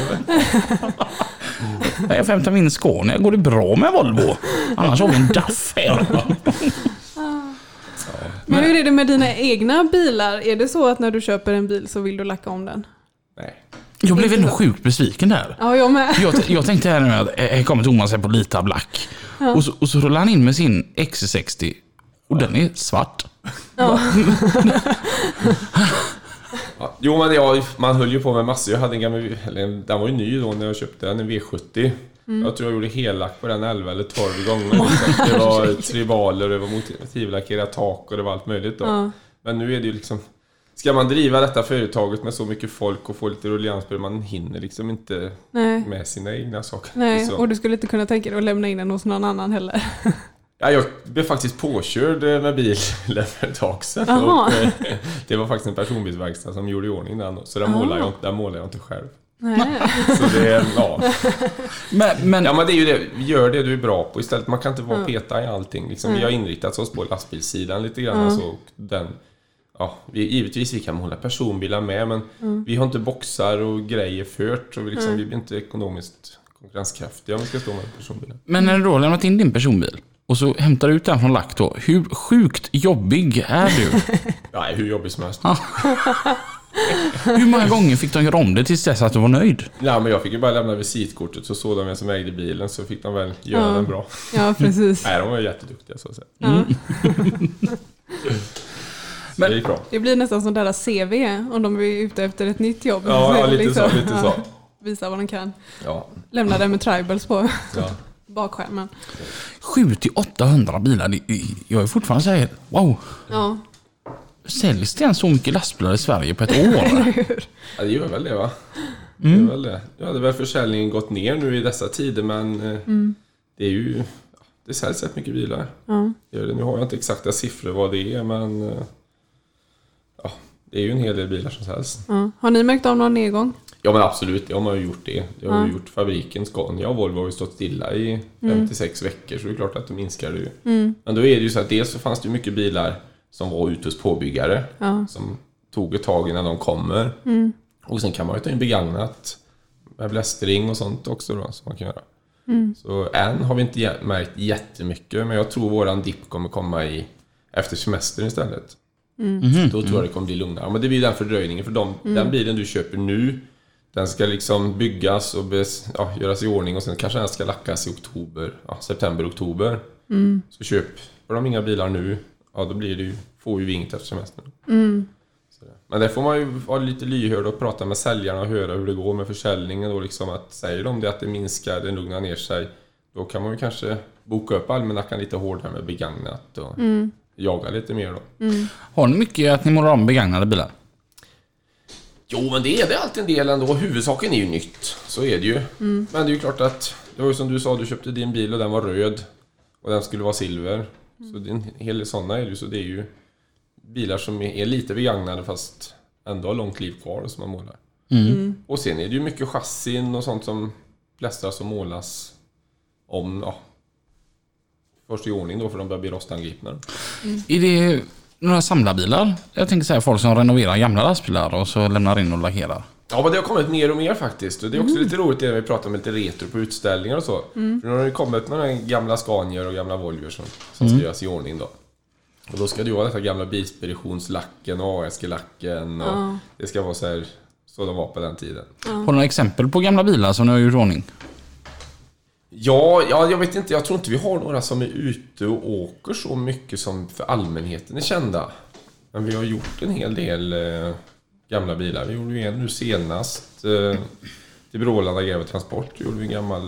jag hämtar min Scania. Går det bra med Volvo? Annars har vi en DAF här. Men hur är det med dina egna bilar? Är det så att när du köper en bil så vill du lacka om den? Nej. Jag blev ändå sjukt besviken där. Ja, jag med. Jag tänkte här nu att här kommer Thomas här på Lita Black. Ja. Och så rullar han in med sin XC60. Och den är svart. Ja. Jo, men man höll ju på med massor. Jag hade en gammal, den var ju ny då när jag köpte den, en V70. Jag tror jag gjorde hellack på den 11 eller 12 gånger. Det var tribaler, det var motivlackerat tak och det var allt möjligt då. Ja. Men nu är det ju liksom, ska man driva detta företaget med så mycket folk och få lite ruljans på, man hinner liksom inte med sina egna saker. Nej, så. Och du skulle inte kunna tänka dig att lämna in den hos någon annan heller. Ja, jag blev faktiskt påkörd med bil för ett tag sedan. Och, det var faktiskt en personbilsverkstad som gjorde i ordning den. Så där målar jag inte själv. Nej. Så det är, ja. Men det är ju det. Gör det du är bra på istället. Man kan inte vara peta i allting. Liksom, vi har inriktat oss på lastbilssidan lite grann. Så givetvis vi kan måla personbilar med. Men vi har inte boxar och grejer fört. Och vi blir inte ekonomiskt konkurrenskraftiga om vi ska stå med personbilar. Men när du då lämnat in din personbil och så hämtar du ut den från lack då, hur sjukt jobbig är du? Nej, hur jobbig som helst. Hur många gånger fick de göra om det tills dess att du var nöjd? Ja, men jag fick ju bara lämna visitkortet, så såg de vem som ägde bilen, så fick de väl göra den bra. Ja, precis. Nej, de var jätteduktiga så att säga. Men det gick bra. Det blir nästan sån där CV om de är ute efter ett nytt jobb. Ja, lite så. Visa vad de kan. Ja. Lämna det med tribals på bakskärmen. 700-800 bilar. Jag är fortfarande säger, wow. Ja. Säljs det så mycket lastbilar i Sverige på ett år? Ja, det gör väl det, va? Det är väl det. Ja, det är väl försäljningen gått ner nu i dessa tider, men det är ju... Det säljs rätt mycket bilar. Nu har jag inte exakta siffror vad det är, men det är ju en hel del bilar som säljs. Har ni märkt av någon nedgång? Ja, men absolut. Jag har ju gjort det. Jag har ju gjort fabriken. Scania och Volvo har ju stått stilla i 56 veckor, så det är klart att det minskar det ju. Men då är det ju så att dels så fanns det ju mycket bilar som var ute hos påbyggare som tog ett tag innan de kommer. Och sen kan man ju ta in begagnat med blästring och sånt också då, som man kan göra. Så än har vi inte märkt jättemycket, men jag tror våran dipp kommer komma efter semestern istället. Då tror jag det kommer bli lugnare. Men det blir den fördröjningen, för den bilen du köper nu, den ska liksom byggas och göras i ordning, och sen kanske den ska lackas i september-oktober. Så köper de inga bilar nu, då blir det ju, får vi inget efter semestern. Men det får man ju vara lite lyhörd och prata med säljarna och höra hur det går med försäljningen. Och liksom att säger de det att det minskar, det lugnar ner sig, då kan man ju kanske boka upp almanackan lite hårdare med begagnat och jaga lite mer då. Har ni mycket att ni målar om begagnade bilar? Jo, men det är alltid en del ändå. Huvudsaken är ju nytt, så är det ju. Men det är ju klart att, det var ju som du sa, du köpte din bil och den var röd och den skulle vara silver. Så det är en hel del sådana är det ju, så det är ju bilar som är lite begagnade fast ändå har långt liv kvar som man målar. Och sen är det ju mycket chassin och sånt som plästras och målas om först i ordning då, för de börjar bli rostangripna. Är det några samlarbilar? Jag tänker säga folk som renoverar gamla lastbilar och så lämnar in och lackerar. Ja, men det har kommit mer och mer faktiskt. Och det är också lite roligt när vi pratar med lite retro på utställningar och så. För nu har det kommit med de gamla Scanier och gamla Volvo som ska göras i ordning då. Och då ska det ju vara detta gamla bilspeditionslacken och ASG-lacken och det ska vara så de var på den tiden. Har du några exempel på gamla bilar som ni har gjort i ordning? Ja, jag vet inte. Jag tror inte vi har några som är ute och åker så mycket som för allmänheten är kända. Men vi har gjort en hel del gamla bilar. Vi gjorde ju en nu senast till Brålanda Gräve Transport. Vi gjorde en gammal,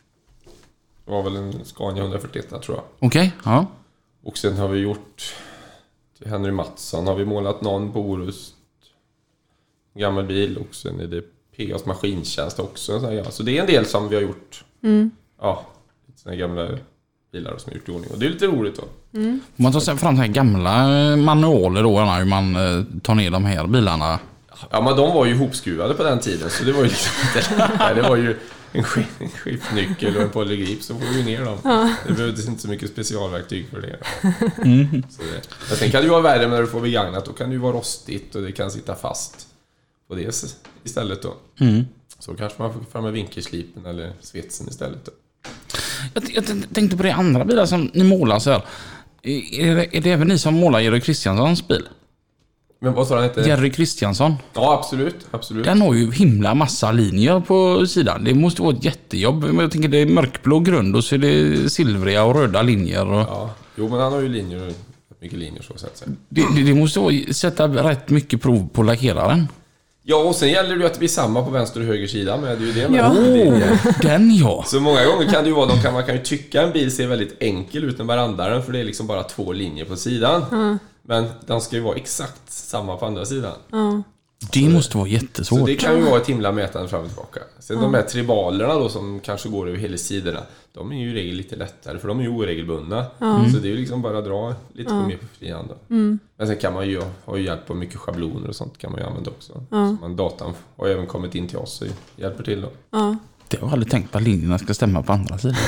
det var väl en Scania 141 tror jag. Okej, ja. Och sen har vi gjort till Henry Mattsson har vi målat någon på Orust gammal bil, och sen är det PAs maskintjänst också. Så det är en del som vi har gjort. Ja, såna gamla bilar som är gjort i ordning. Och det är lite roligt då. Man tar fram så här gamla manualer då, hur man tar ner de här bilarna. Ja, men de var ju ihopskruvade på den tiden, så det var ju liksom det var ju en skiftnyckel och en polygrip, så får vi ner dem. Det behövdes inte så mycket specialverktyg för det. Så det. Men sen kan det ju vara värre när du får begagnat. Då kan det ju vara rostigt och det kan sitta fast på det istället då. Så kanske man får fram med vinkelslipen eller svetsen istället då. Jag tänkte på det andra bilar som ni målar så här. Är det även ni som målar Jerry Kristianssons bil? Men vad sa han hette? Jerry Kristiansson. Ja, absolut. Den har ju himla massa linjer på sidan. Det måste vara ett jättejobb. Men jag tänker det är mörkblå grund och så är det silvriga och röda linjer. Och... Ja, jo, men han har ju linjer, mycket linjer så att säga. Det måste sätta rätt mycket prov på lackeraren. Ja, och sen gäller det ju att det blir samma på vänster och höger sida med. Det är ju det med den ja. Så många gånger kan det ju vara, man kan ju tycka en bil ser väldigt enkel ut med varandaren, för det är liksom bara 2 linjer på sidan. Men den ska ju vara exakt samma på andra sidan. Det måste vara jättesvårt. Så det kan ju vara ett himla mätande fram och tillbaka. Sen de här tribalerna då som kanske går över hela sidorna, de är ju i regel lite lättare, för de är ju oregelbundna. Så det är ju liksom bara att dra lite mer på frihan då. Men sen kan man ju ha hjälp på mycket schabloner och sånt kan man ju använda också. Så datan har ju även kommit in till oss och hjälper till då. Det har jag aldrig tänkt på att linjerna ska stämma på andra sidan.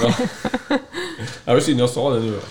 Ja, det är synd jag sa det nu.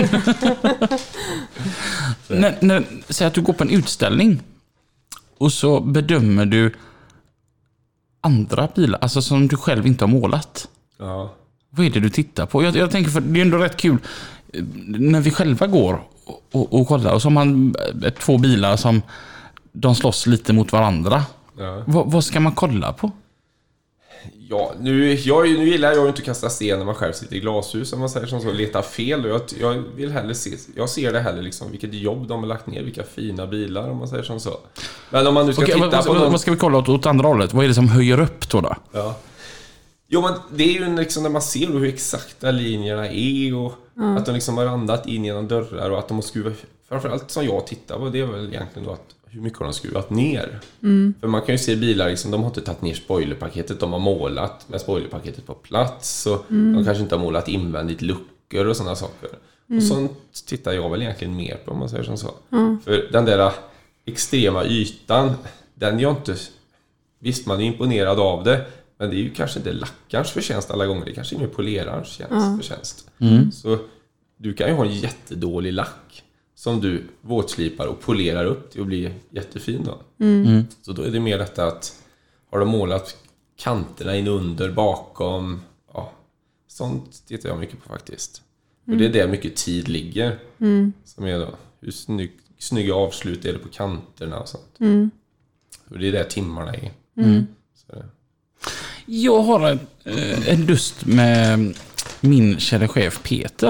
Säg att du går på en utställning och så bedömer du andra bilar, alltså som du själv inte har målat. Ja. Vad är det du tittar på? Jag tänker, för det är ändå rätt kul när vi själva går och kollar, och så har man 2 bilar som de slåss lite mot varandra. Ja. Vad ska man kolla på? Ja, nu gillar jag ju inte att kasta sten när man själv sitter i glashus, om man säger som så, leta fel. Och jag vill hellre jag ser det heller liksom, vilket jobb de har lagt ner, vilka fina bilar, om man säger som så. Men om man nu ska titta på vad ska vi kolla åt andra hållet? Vad är det som höjer upp då? Ja. Jo, men det är ju liksom när man ser hur exakta linjerna är och att de liksom har randat in genom dörrar och att de har skruvat. Framförallt som jag tittar på, det är väl egentligen då att hur mycket har de skruvat ner? För man kan ju se bilar, liksom, de har inte tagit ner spoilerpaketet, de har målat med spoilerpaketet på plats. Så de kanske inte har målat invändigt luckor och sådana saker. Och sånt tittar jag väl egentligen mer på, om man säger som så. För den där extrema ytan, den är ju inte... Visst, man är imponerad av det, men det är ju kanske inte lackarns förtjänst alla gånger. Det är kanske är mer polerarns förtjänst. Så du kan ju ha en jättedålig lack som du våtslipar och polerar upp till att bli jättefin då. Så då är det mer detta att har de målat kanterna in under, bakom, ja, sånt tittar jag mycket på faktiskt. Och det är där mycket tid ligger. Som är då hur snygga avslut är det på kanterna och sånt. Och det är där timmarna är. Så. Jag har en dust med min kära chef Peter.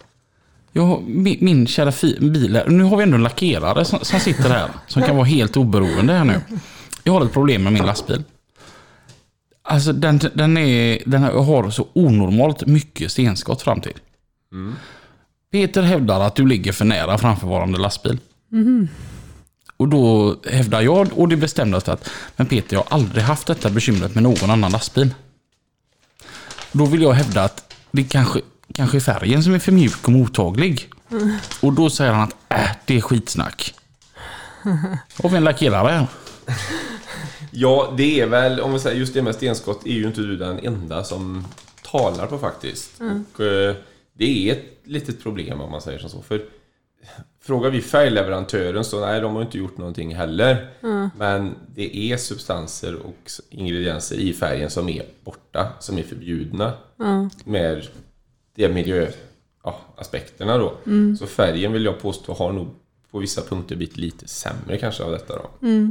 Min kära bil. Nu har vi ändå en lackerare som sitter här. Som kan vara helt oberoende här nu. Jag har ett problem med min lastbil. Alltså den har så onormalt mycket stenskott fram till. Peter hävdar att du ligger för nära framförvarande lastbil. Och då hävdar jag, och det bestämdaste att men Peter, jag har aldrig haft detta bekymret med någon annan lastbil. Då vill jag hävda att det kanske är färgen som är för mjuk och mottaglig. Och då säger han att det är skitsnack. Och vi en lackerare här. Ja, det är väl, om vi säger just det med stenskott är ju inte du den enda som talar på faktiskt. Och det är ett litet problem om man säger så. För frågar vi färgleverantören så nej, de har inte gjort någonting heller. Men det är substanser och ingredienser i färgen som är borta, som är förbjudna med de miljöaspekterna då. Så färgen vill jag påstå har nog på vissa punkter blivit lite sämre kanske av detta då.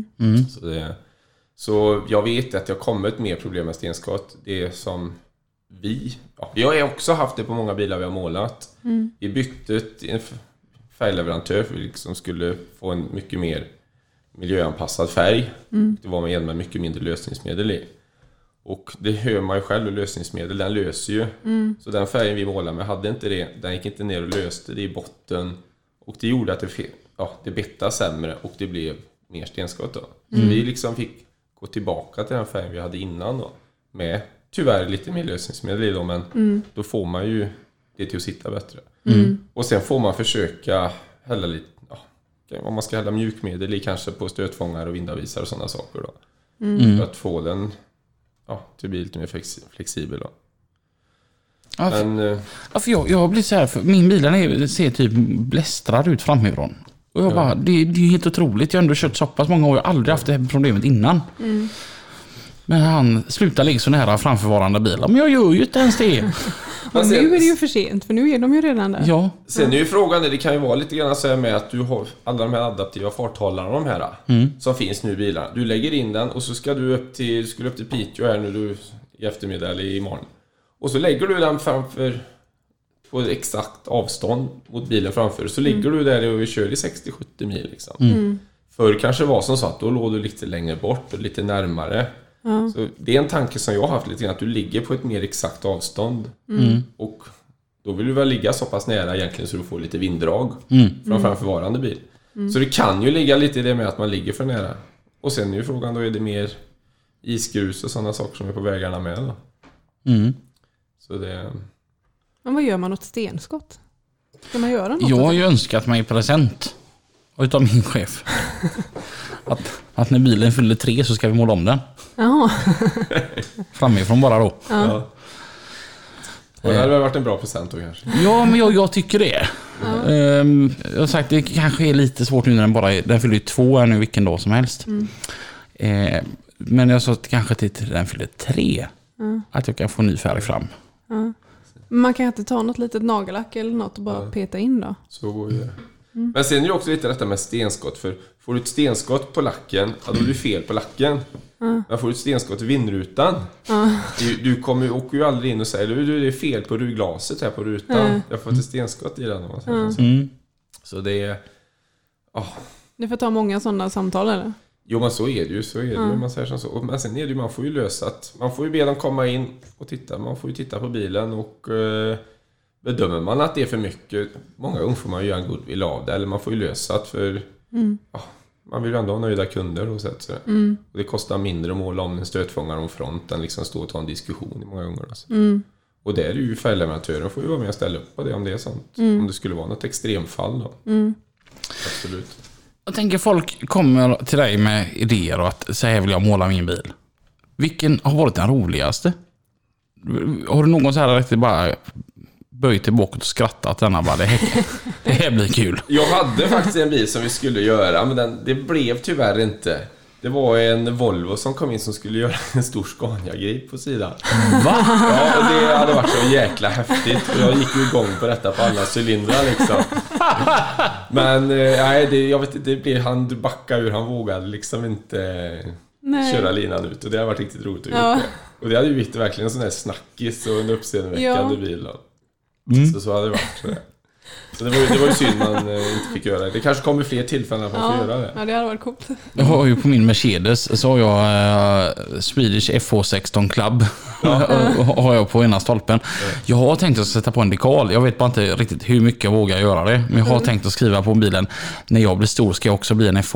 Så jag vet att jag kommer ett mer problem med stenskott. Det är som vi har också haft det på många bilar vi har målat. Vi bytte en färgleverantör för vi liksom skulle få en mycket mer miljöanpassad färg. Det var med mycket mindre lösningsmedel i. Och det hör man ju själv, och lösningsmedel, den löser ju. Så den färgen vi målade med hade inte det. Den gick inte ner och löste det i botten. Och det gjorde att det bettade sämre och det blev mer stenskott då. Så vi liksom fick gå tillbaka till den färgen vi hade innan då. Med tyvärr lite mer lösningsmedel i då, men då får man ju det till att sitta bättre. Och sen får man försöka hälla lite, om man ska hälla mjukmedel i kanske på stötfångare och vindavvisare och sådana saker då. För att få den till att bli lite mer flexibel då. Men, för jag har blivit så här, för min bil ser typ blästrad ut framifrån. Och jag bara, det är helt otroligt. Jag har ändå kört så pass många år, jag har aldrig haft det här problemet innan. Men han slutar ligga så nära framförvarande bilar. Men jag gör ju inte ens det. Och nu är det ju för sent, för nu är de ju redan där. Ja. Sen är ju frågan, det kan ju vara lite grann så här med att du har alla de här adaptiva farthållarna, de här som finns nu i bilarna. Du lägger in den och så ska du upp till Piteå här nu i eftermiddag eller imorgon. Och så lägger du den framför på ett exakt avstånd mot bilen framför. Så ligger du där och kör i 60-70 mil liksom. För kanske var som så att då låg du lite längre bort och lite närmare. Så det är en tanke som jag har haft lite grann, att du ligger på ett mer exakt avstånd. Och då vill du väl ligga så pass nära egentligen så du får lite vinddrag från framförvarande bil. Så det kan ju ligga lite i det med att man ligger för nära. Och sen är ju frågan då, är det mer isgrus och sådana saker som är på vägarna med då? Så det... Men vad gör man åt stenskott? Ska man göra något? Jag har ju önskat mig present utav min chef. Att när bilen fyller 3 så ska vi måla om den. Jaha. Framifrån bara då. Ja. Och det hade varit en bra present då kanske. Ja, men jag tycker det. Jag har sagt, det kanske är lite svårt nu när den fyller 2 här nu vilken dag som helst. Men jag sa att kanske till den fyller 3. Att jag kan få ny färg fram. Man kan inte ta något litet nagellack eller något och bara peta in då. Så går det. Men sen är det också lite detta med stenskott. För får du ett stenskott på lacken, då är det fel på lacken. Men får du ett stenskott i vindrutan, du åker ju aldrig in och säger du, det är fel på glaset här på rutan. Jag har fått ett stenskott i den. Så det är... Du får ta många sådana samtal eller? Jo, men så är det ju. Man säger så. Men sen är det ju, man får ju lösa att man får ju be dem komma in och titta. Man får ju titta på bilen och bedömer man att det är för mycket, många gånger får man ju göra en goodwill av det. Eller man får ju lösa att för man vill ju ändå ha nöjda kunder och sett så. Och det kostar mindre att måla om en stötfångare och front än liksom stå och ta en diskussion i många gånger. Alltså. Och där är ju färgleverantören får ju vara med och ställa upp på det om det är sånt. Om det skulle vara något extremfall då. Absolut. Jag tänker folk kommer till dig med idéer och att så här vill jag måla min bil. Vilken har varit den roligaste? Har du någon så här riktigt bara böjt tillbaka och skrattat denna bara, det här blir kul. Jag hade faktiskt en bil som vi skulle göra, men det blev tyvärr inte. Det var en Volvo som kom in som skulle göra en stor Scania-grip på sidan. Va? Ja, och det hade varit så jäkla häftigt. Och jag gick ju igång på detta på alla cylindrar liksom. Men nej, jag vet inte, det blev, han backade ur, han vågade liksom inte köra linan ut. Och det har varit riktigt roligt att göra det. Och det hade ju blivit verkligen en sån här snackis och en uppseendeväckande bil då. Så hade det varit. Så det var ju synd man inte fick göra det. Det kanske kommer fler tillfällen att man får göra det. Ja, det hade varit coolt. Jag har ju på min Mercedes så har jag Swedish FH16 Club. Har jag på ena stolpen. Jag har tänkt att sätta på en dekal. Jag vet bara inte riktigt hur mycket jag vågar göra det. Men jag har tänkt att skriva på bilen: när jag blir stor ska jag också bli en FH.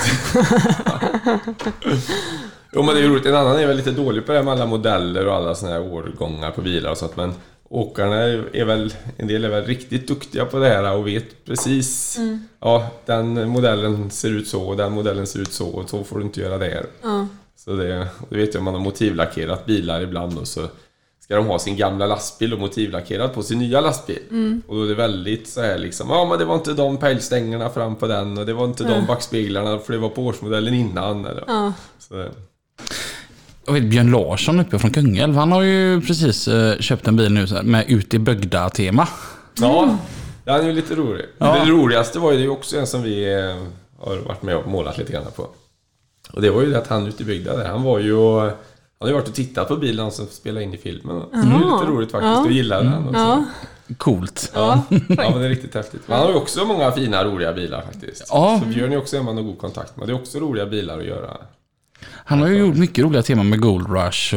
Jo, men det är roligt. En annan är väl lite dålig på det med alla modeller och alla såna här årgångar på bilar och sånt. Men åkarna är väl, en del är väl riktigt duktiga på det här och vet precis, ja, den modellen ser ut så och den modellen ser ut så och så får du inte göra det. Så det vet jag, man har motivlackerat bilar ibland och så ska de ha sin gamla lastbil och motivlackerat på sin nya lastbil. Och då är det väldigt så här liksom, ja men det var inte de pejlstängerna fram på den och det var inte de backspeglarna för det var på årsmodellen innan. Eller. Så. Jag vet Björn Larsson uppe från Kungälv, han har ju precis köpt en bil nu med ut i Bögda tema. Ja, den är ju lite rolig. Ja. Det roligaste var ju det också en som vi har varit med och målat lite grann på. Och det var ju det att han ute i Bögda där, han har ju varit och tittat på bilen som spelade in i filmen. Så det är lite roligt faktiskt, och gillade den också. Coolt. Ja, men det är riktigt häftigt. Men han har ju också många fina, roliga bilar faktiskt. Så Björn är också en man har god kontakt med. Det är också roliga bilar att göra. Han har ju gjort mycket roliga teman med Gold Rush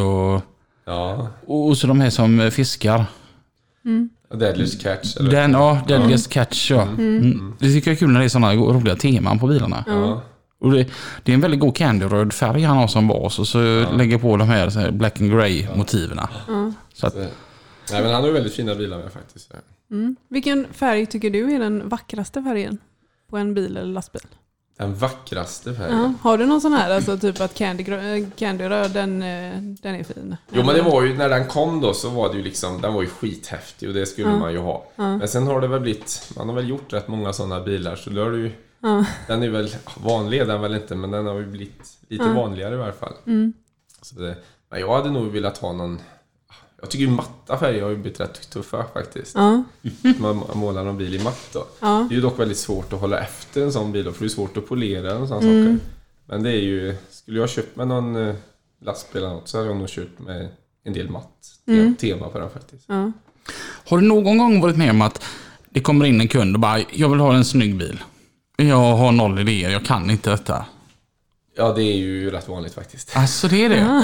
och så de här som fiskar. Deadliest Catch. Eller? Deadliest Catch, ja. Det tycker jag är kul när det är sådana roliga teman på bilarna. Och det är en väldigt god candy-röd färg han har som bas och så lägger på de här black and grey motiverna. Så att, nej, men han har ju väldigt fina bilar med faktiskt. Vilken färg tycker du är den vackraste färgen på en bil eller lastbil? Den vackraste färgen. Har du någon sån här, alltså typ att Candy-röd, den är fin? Jo, men det var ju, när den kom då så var det ju liksom, den var ju skithäftig och det skulle man ju ha. Men sen har det väl blivit, man har väl gjort rätt många sådana bilar så då är det ju, den är väl vanlig, den väl inte, men den har ju blivit lite vanligare i varje fall. Så men jag hade nog velat ha någon, jag tycker ju matta färger har ju blivit rätt tuffa faktiskt. Man målar någon bil i matt då. Det är ju dock väldigt svårt att hålla efter en sån bil då, för det är svårt att polera och sådana saker. Men det är ju, skulle jag köpt med någon lastbil eller något så hade jag nog köpt med en del matt tema på den faktiskt. Har du någon gång varit med om att det kommer in en kund och bara, jag vill ha en snygg bil. Jag har 0 idéer, jag kan inte detta. Ja, det är ju rätt vanligt faktiskt. Alltså det är det? Ja.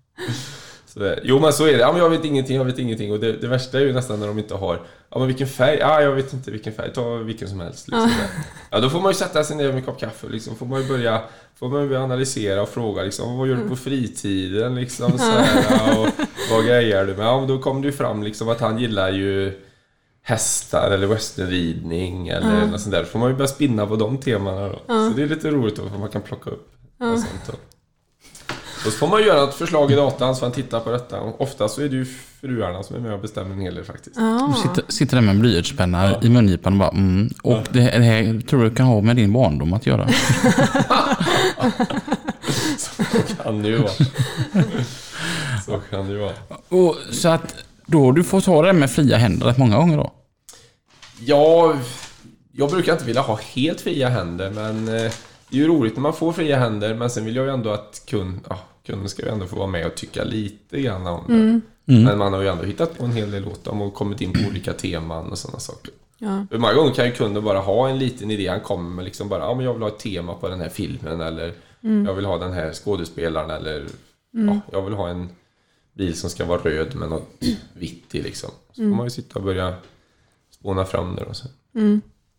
Jo, men så är det. Ja, men jag vet ingenting. Och det värsta är ju nästan när de inte har, ja men vilken färg? Ja, jag vet inte vilken färg. Ta vilken som helst liksom. Ja, då får man ju sätta sig ner med en kopp kaffe liksom. Får man ju börja analysera och fråga liksom, vad gör du på fritiden liksom så här, och vad grejer du med? Ja, men då kom det ju fram liksom att han gillar ju hästar eller westernridning eller något sånt där. Får man ju börja spinna på de temana då. Så det är lite roligt då, för man kan plocka upp och sånt då. Så får man göra ett förslag i datan så han tittar på detta. Och ofta så är det ju fruarna som är med och bestämmer en hel del faktiskt. Sitter där med en blyertspenna i mungipan och bara och det här tror du kan ha med din barndom att göra. Så kan det ju vara. Så kan det ju vara. Och så att då du får ta det med fria händer rätt många gånger då? Ja, jag brukar inte vilja ha helt fria händer, men det är ju roligt när man får fria händer, men sen vill jag ju ändå att kunden ska ju ändå få vara med och tycka lite grann om det. Men man har ju ändå hittat på en hel del åt dem och kommit in på olika teman och sådana saker. Många gånger kan ju kunden bara ha en liten idé, han kommer med liksom bara, men jag vill ha ett tema på den här filmen eller jag vill ha den här skådespelaren eller jag vill ha en bil som ska vara röd med något vitt i liksom. Så får man ju sitta och börja spåna fram det och så.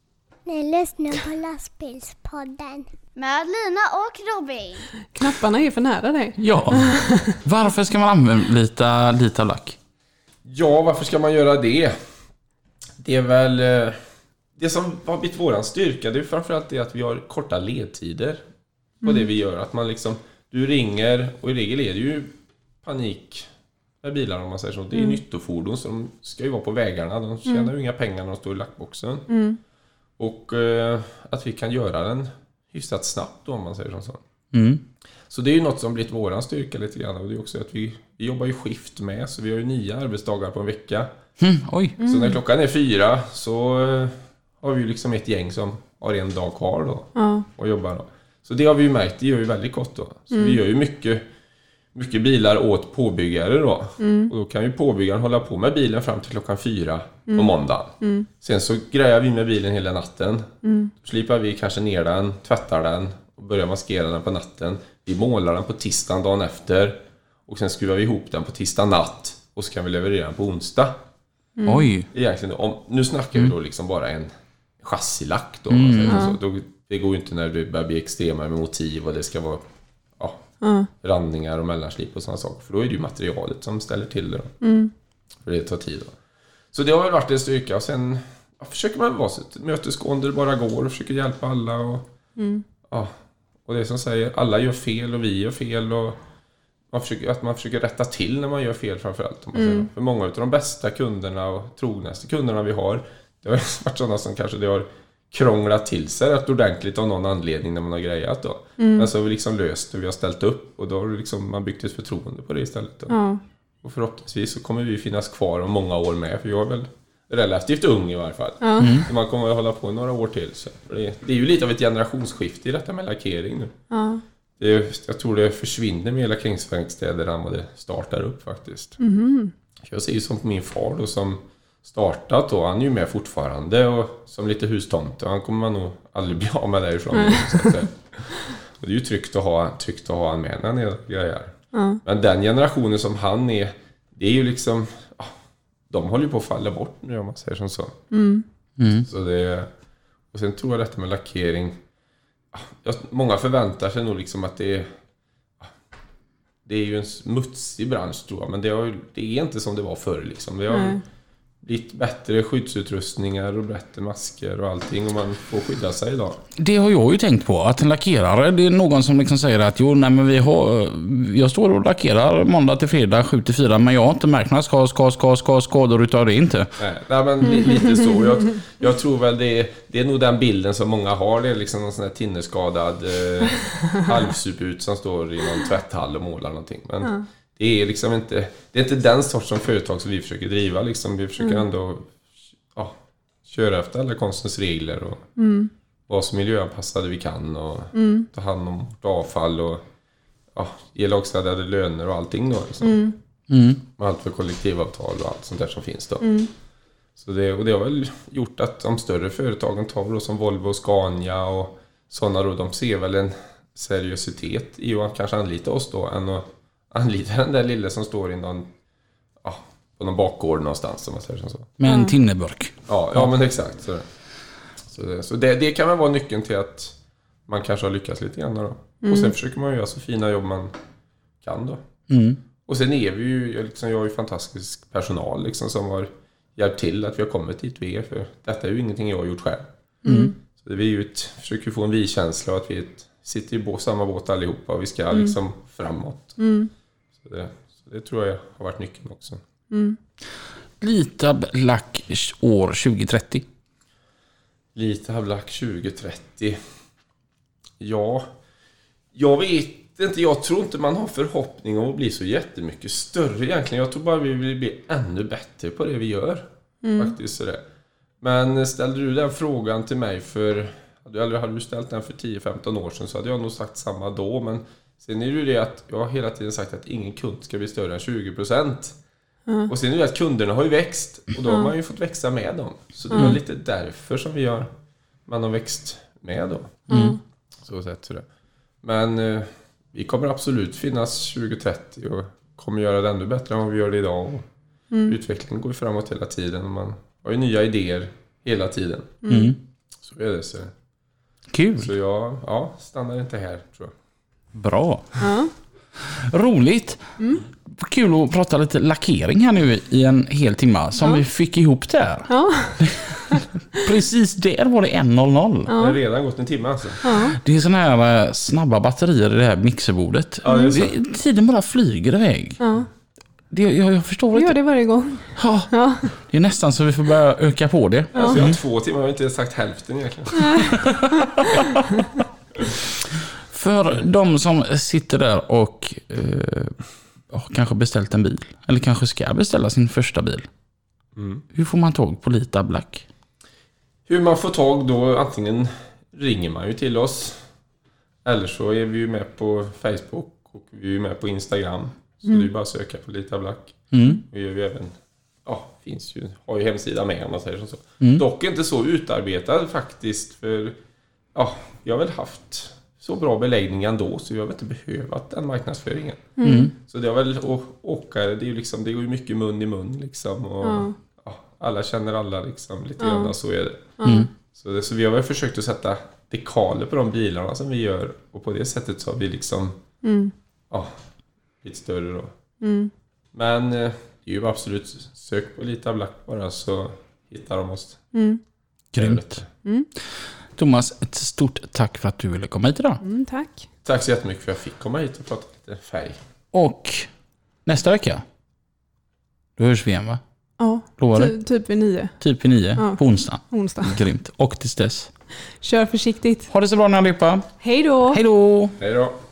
Ni lyssnar på Lastbilspodden. Med Lina och Robin. Knapparna är för nära dig. Ja. Varför ska man använda lite lack? Ja, varför ska man göra det? Det är väl... Det som har blivit våran styrka, det är framförallt det att vi har korta ledtider på det vi gör. Att man liksom... Du ringer, och i regel är det ju panik med bilar om man säger så. Det är ju nyttofordon, så de ska ju vara på vägarna. De tjänar ju inga pengar när de står i lackboxen. Och att vi kan göra den hyfsat snabbt då, om man säger så. Så det är ju något som blivit våran styrka lite grann. Och det är också att vi jobbar ju skift med, så vi har ju 9 arbetsdagar på en vecka. Så när klockan är 4 så har vi ju liksom ett gäng som har en dag kvar då och jobbar då. Så det har vi ju märkt, det gör ju väldigt gott då. Så vi gör ju mycket bilar åt påbyggare då. Och då kan ju påbyggaren hålla på med bilen fram till klockan 4 på måndagen. Sen så grejar vi med bilen hela natten. Slipar vi kanske ner den, tvättar den och börjar maskera den på natten. Vi målar den på tisdagen dagen efter. Och sen skruvar vi ihop den på tisdag natt. Och så kan vi leverera den på onsdag. Oj. Egentligen, nu snackar vi då liksom bara en chassilack då. Så det går ju inte när det börjar bli extrema med motiv och det ska vara randningar och mellanslip och sådana saker. För då är det ju materialet som ställer till det då. För det tar tid då. Så det har väl varit en styrka. Och sen försöker man vara så mötesgående det bara går och försöker hjälpa alla. Och det som säger, alla gör fel och vi gör fel. Och man försöker rätta till när man gör fel framförallt. För många av de bästa kunderna och trognaste kunderna vi har, det har varit sådana som kanske det har krånglat till sig rätt ordentligt av någon anledning när man har grejat då. Men så har vi liksom löst och vi har ställt upp och då har liksom man byggt ett förtroende på det istället då. Och förhoppningsvis så kommer vi finnas kvar om många år med, för jag är väl relativt ung i varje fall. Så man kommer att hålla på några år till. Så det är ju lite av ett generationsskifte i detta med lackering nu. Jag tror det försvinner med lackeringsverkstäder än vad det startar upp faktiskt. Jag ser ju som på min far då som startat då, han är ju med fortfarande och som lite hustomt och han kommer man nog aldrig bli av med därifrån. Och det är ju tryggt att ha han med när han är grejer. Men den generationen som han är, det är ju liksom, de håller ju på att falla bort nu om man säger som så. Så det, och sen tror jag detta med lackering, många förväntar sig nog liksom att det är ju en smutsig bransch tror jag, men det är inte som det var förr liksom. Det har blivit bättre skyddsutrustningar och bättre masker och allting och man får skydda sig idag. Det har jag ju tänkt på, att en lackerare, det är någon som liksom säger att jag står och lackerar måndag till fredag 7-4 men jag har inte märkt några skador utav det inte. Nej men lite så. Jag tror väl det är nog den bilden som många har, det är liksom någon sån här tinnerskadad halvsuput som står i någon tvätthall och målar någonting. Men det är liksom inte den sorts företag som vi försöker driva liksom. Vi försöker ändå köra efter alla konstens regler och vara så miljöanpassade vi kan och ta hand om vårt avfall och ge lagstadgade löner och allting då liksom. Med allt för kollektivavtal och allt sånt där som finns då. Så det har väl gjort att de större företagen tar då som Volvo och Scania och sådana då, de ser väl en seriositet i att kanske anlita oss då än att anlita den där lille som står i någon på någon bakgård någonstans som man säger så. Med en tinneburk. Ja men exakt så det kan väl vara nyckeln till att man kanske har lyckats lite grann då. Och sen försöker man göra så fina jobb man kan då. Och sen är vi ju jag har ju fantastisk personal liksom som har hjälpt till att vi har kommit dit vi är, för detta är ju ingenting jag har gjort själv. Så vi är ju försöker få en vi-känsla och att vi sitter i samma båt allihopa och vi ska liksom framåt. Så det tror jag har varit nyckeln också. Litab lack år 2030. Litab lack 2030. Ja, jag vet inte. Jag tror inte man har förhoppning om att bli så jättemycket större egentligen. Jag tror bara vi vill bli ännu bättre på det vi gör. Faktiskt så det. Men ställde du den frågan till mig hade du ställt den för 10-15 år sedan så hade jag nog sagt samma då. Men sen är det ju det att jag har hela tiden sagt att ingen kund ska bli större än 20%. Och sen är det att kunderna har ju växt och då har man ju fått växa med dem. Så det var lite därför som man har växt med dem. Så sett så det. Men vi kommer absolut finnas 2030 och kommer göra det ännu bättre än vad vi gör det idag. Och utvecklingen går ju framåt hela tiden och man har ju nya idéer hela tiden. Så är det så. Kul. Så jag stannar inte här, tror jag. Bra. Roligt. Kul att prata lite lackering här nu i en hel timme som vi fick ihop där. Ja. Precis där var det 1:00. Det har redan gått en timme alltså. Det är såna här snabba batterier i det här mixerbordet. Ja, det är så. Tiden bara flyger iväg. Ja. Jag förstår Vi inte. gör det varje gång. Ja. Det är nästan så vi får börja öka på det. Alltså, jag har 2 timmar, jag har inte sagt hälften egentligen. För de som sitter där och kanske beställt en bil. Eller kanske ska beställa sin första bil. Hur får man tag på Lita Black? Hur man får tag då, antingen ringer man ju till oss. Eller så är vi ju med på Facebook och vi är ju med på Instagram. Så det är bara att söka på Lita Black. Vi gör ju även, har ju hemsida med om man säger så. Dock inte så utarbetad faktiskt, för jag har väl haft så bra beläggning ändå, så vi har väl inte behövt den marknadsföringen. Så det har väl åkare, det är ju liksom, det går ju mycket mun i mun liksom, och alla känner alla liksom, lite grann, så är det. Så vi har väl försökt att sätta dekaler på de bilarna som vi gör, och på det sättet så har vi liksom lite större då. Men det är ju absolut, sök på Lita Black bara, så hittar de oss. Grymt. Thomas, ett stort tack för att du ville komma hit idag. Tack. Tack så jättemycket för att jag fick komma hit och prata lite färg. Och nästa vecka, då hörs vi igen, va? Ja, Lovar det? typ vid 9. Typ vid 9 på onsdag. Grymt. Och tills dess. Kör försiktigt. Ha det så bra allihopa. Hej då. Hej då. Hej då.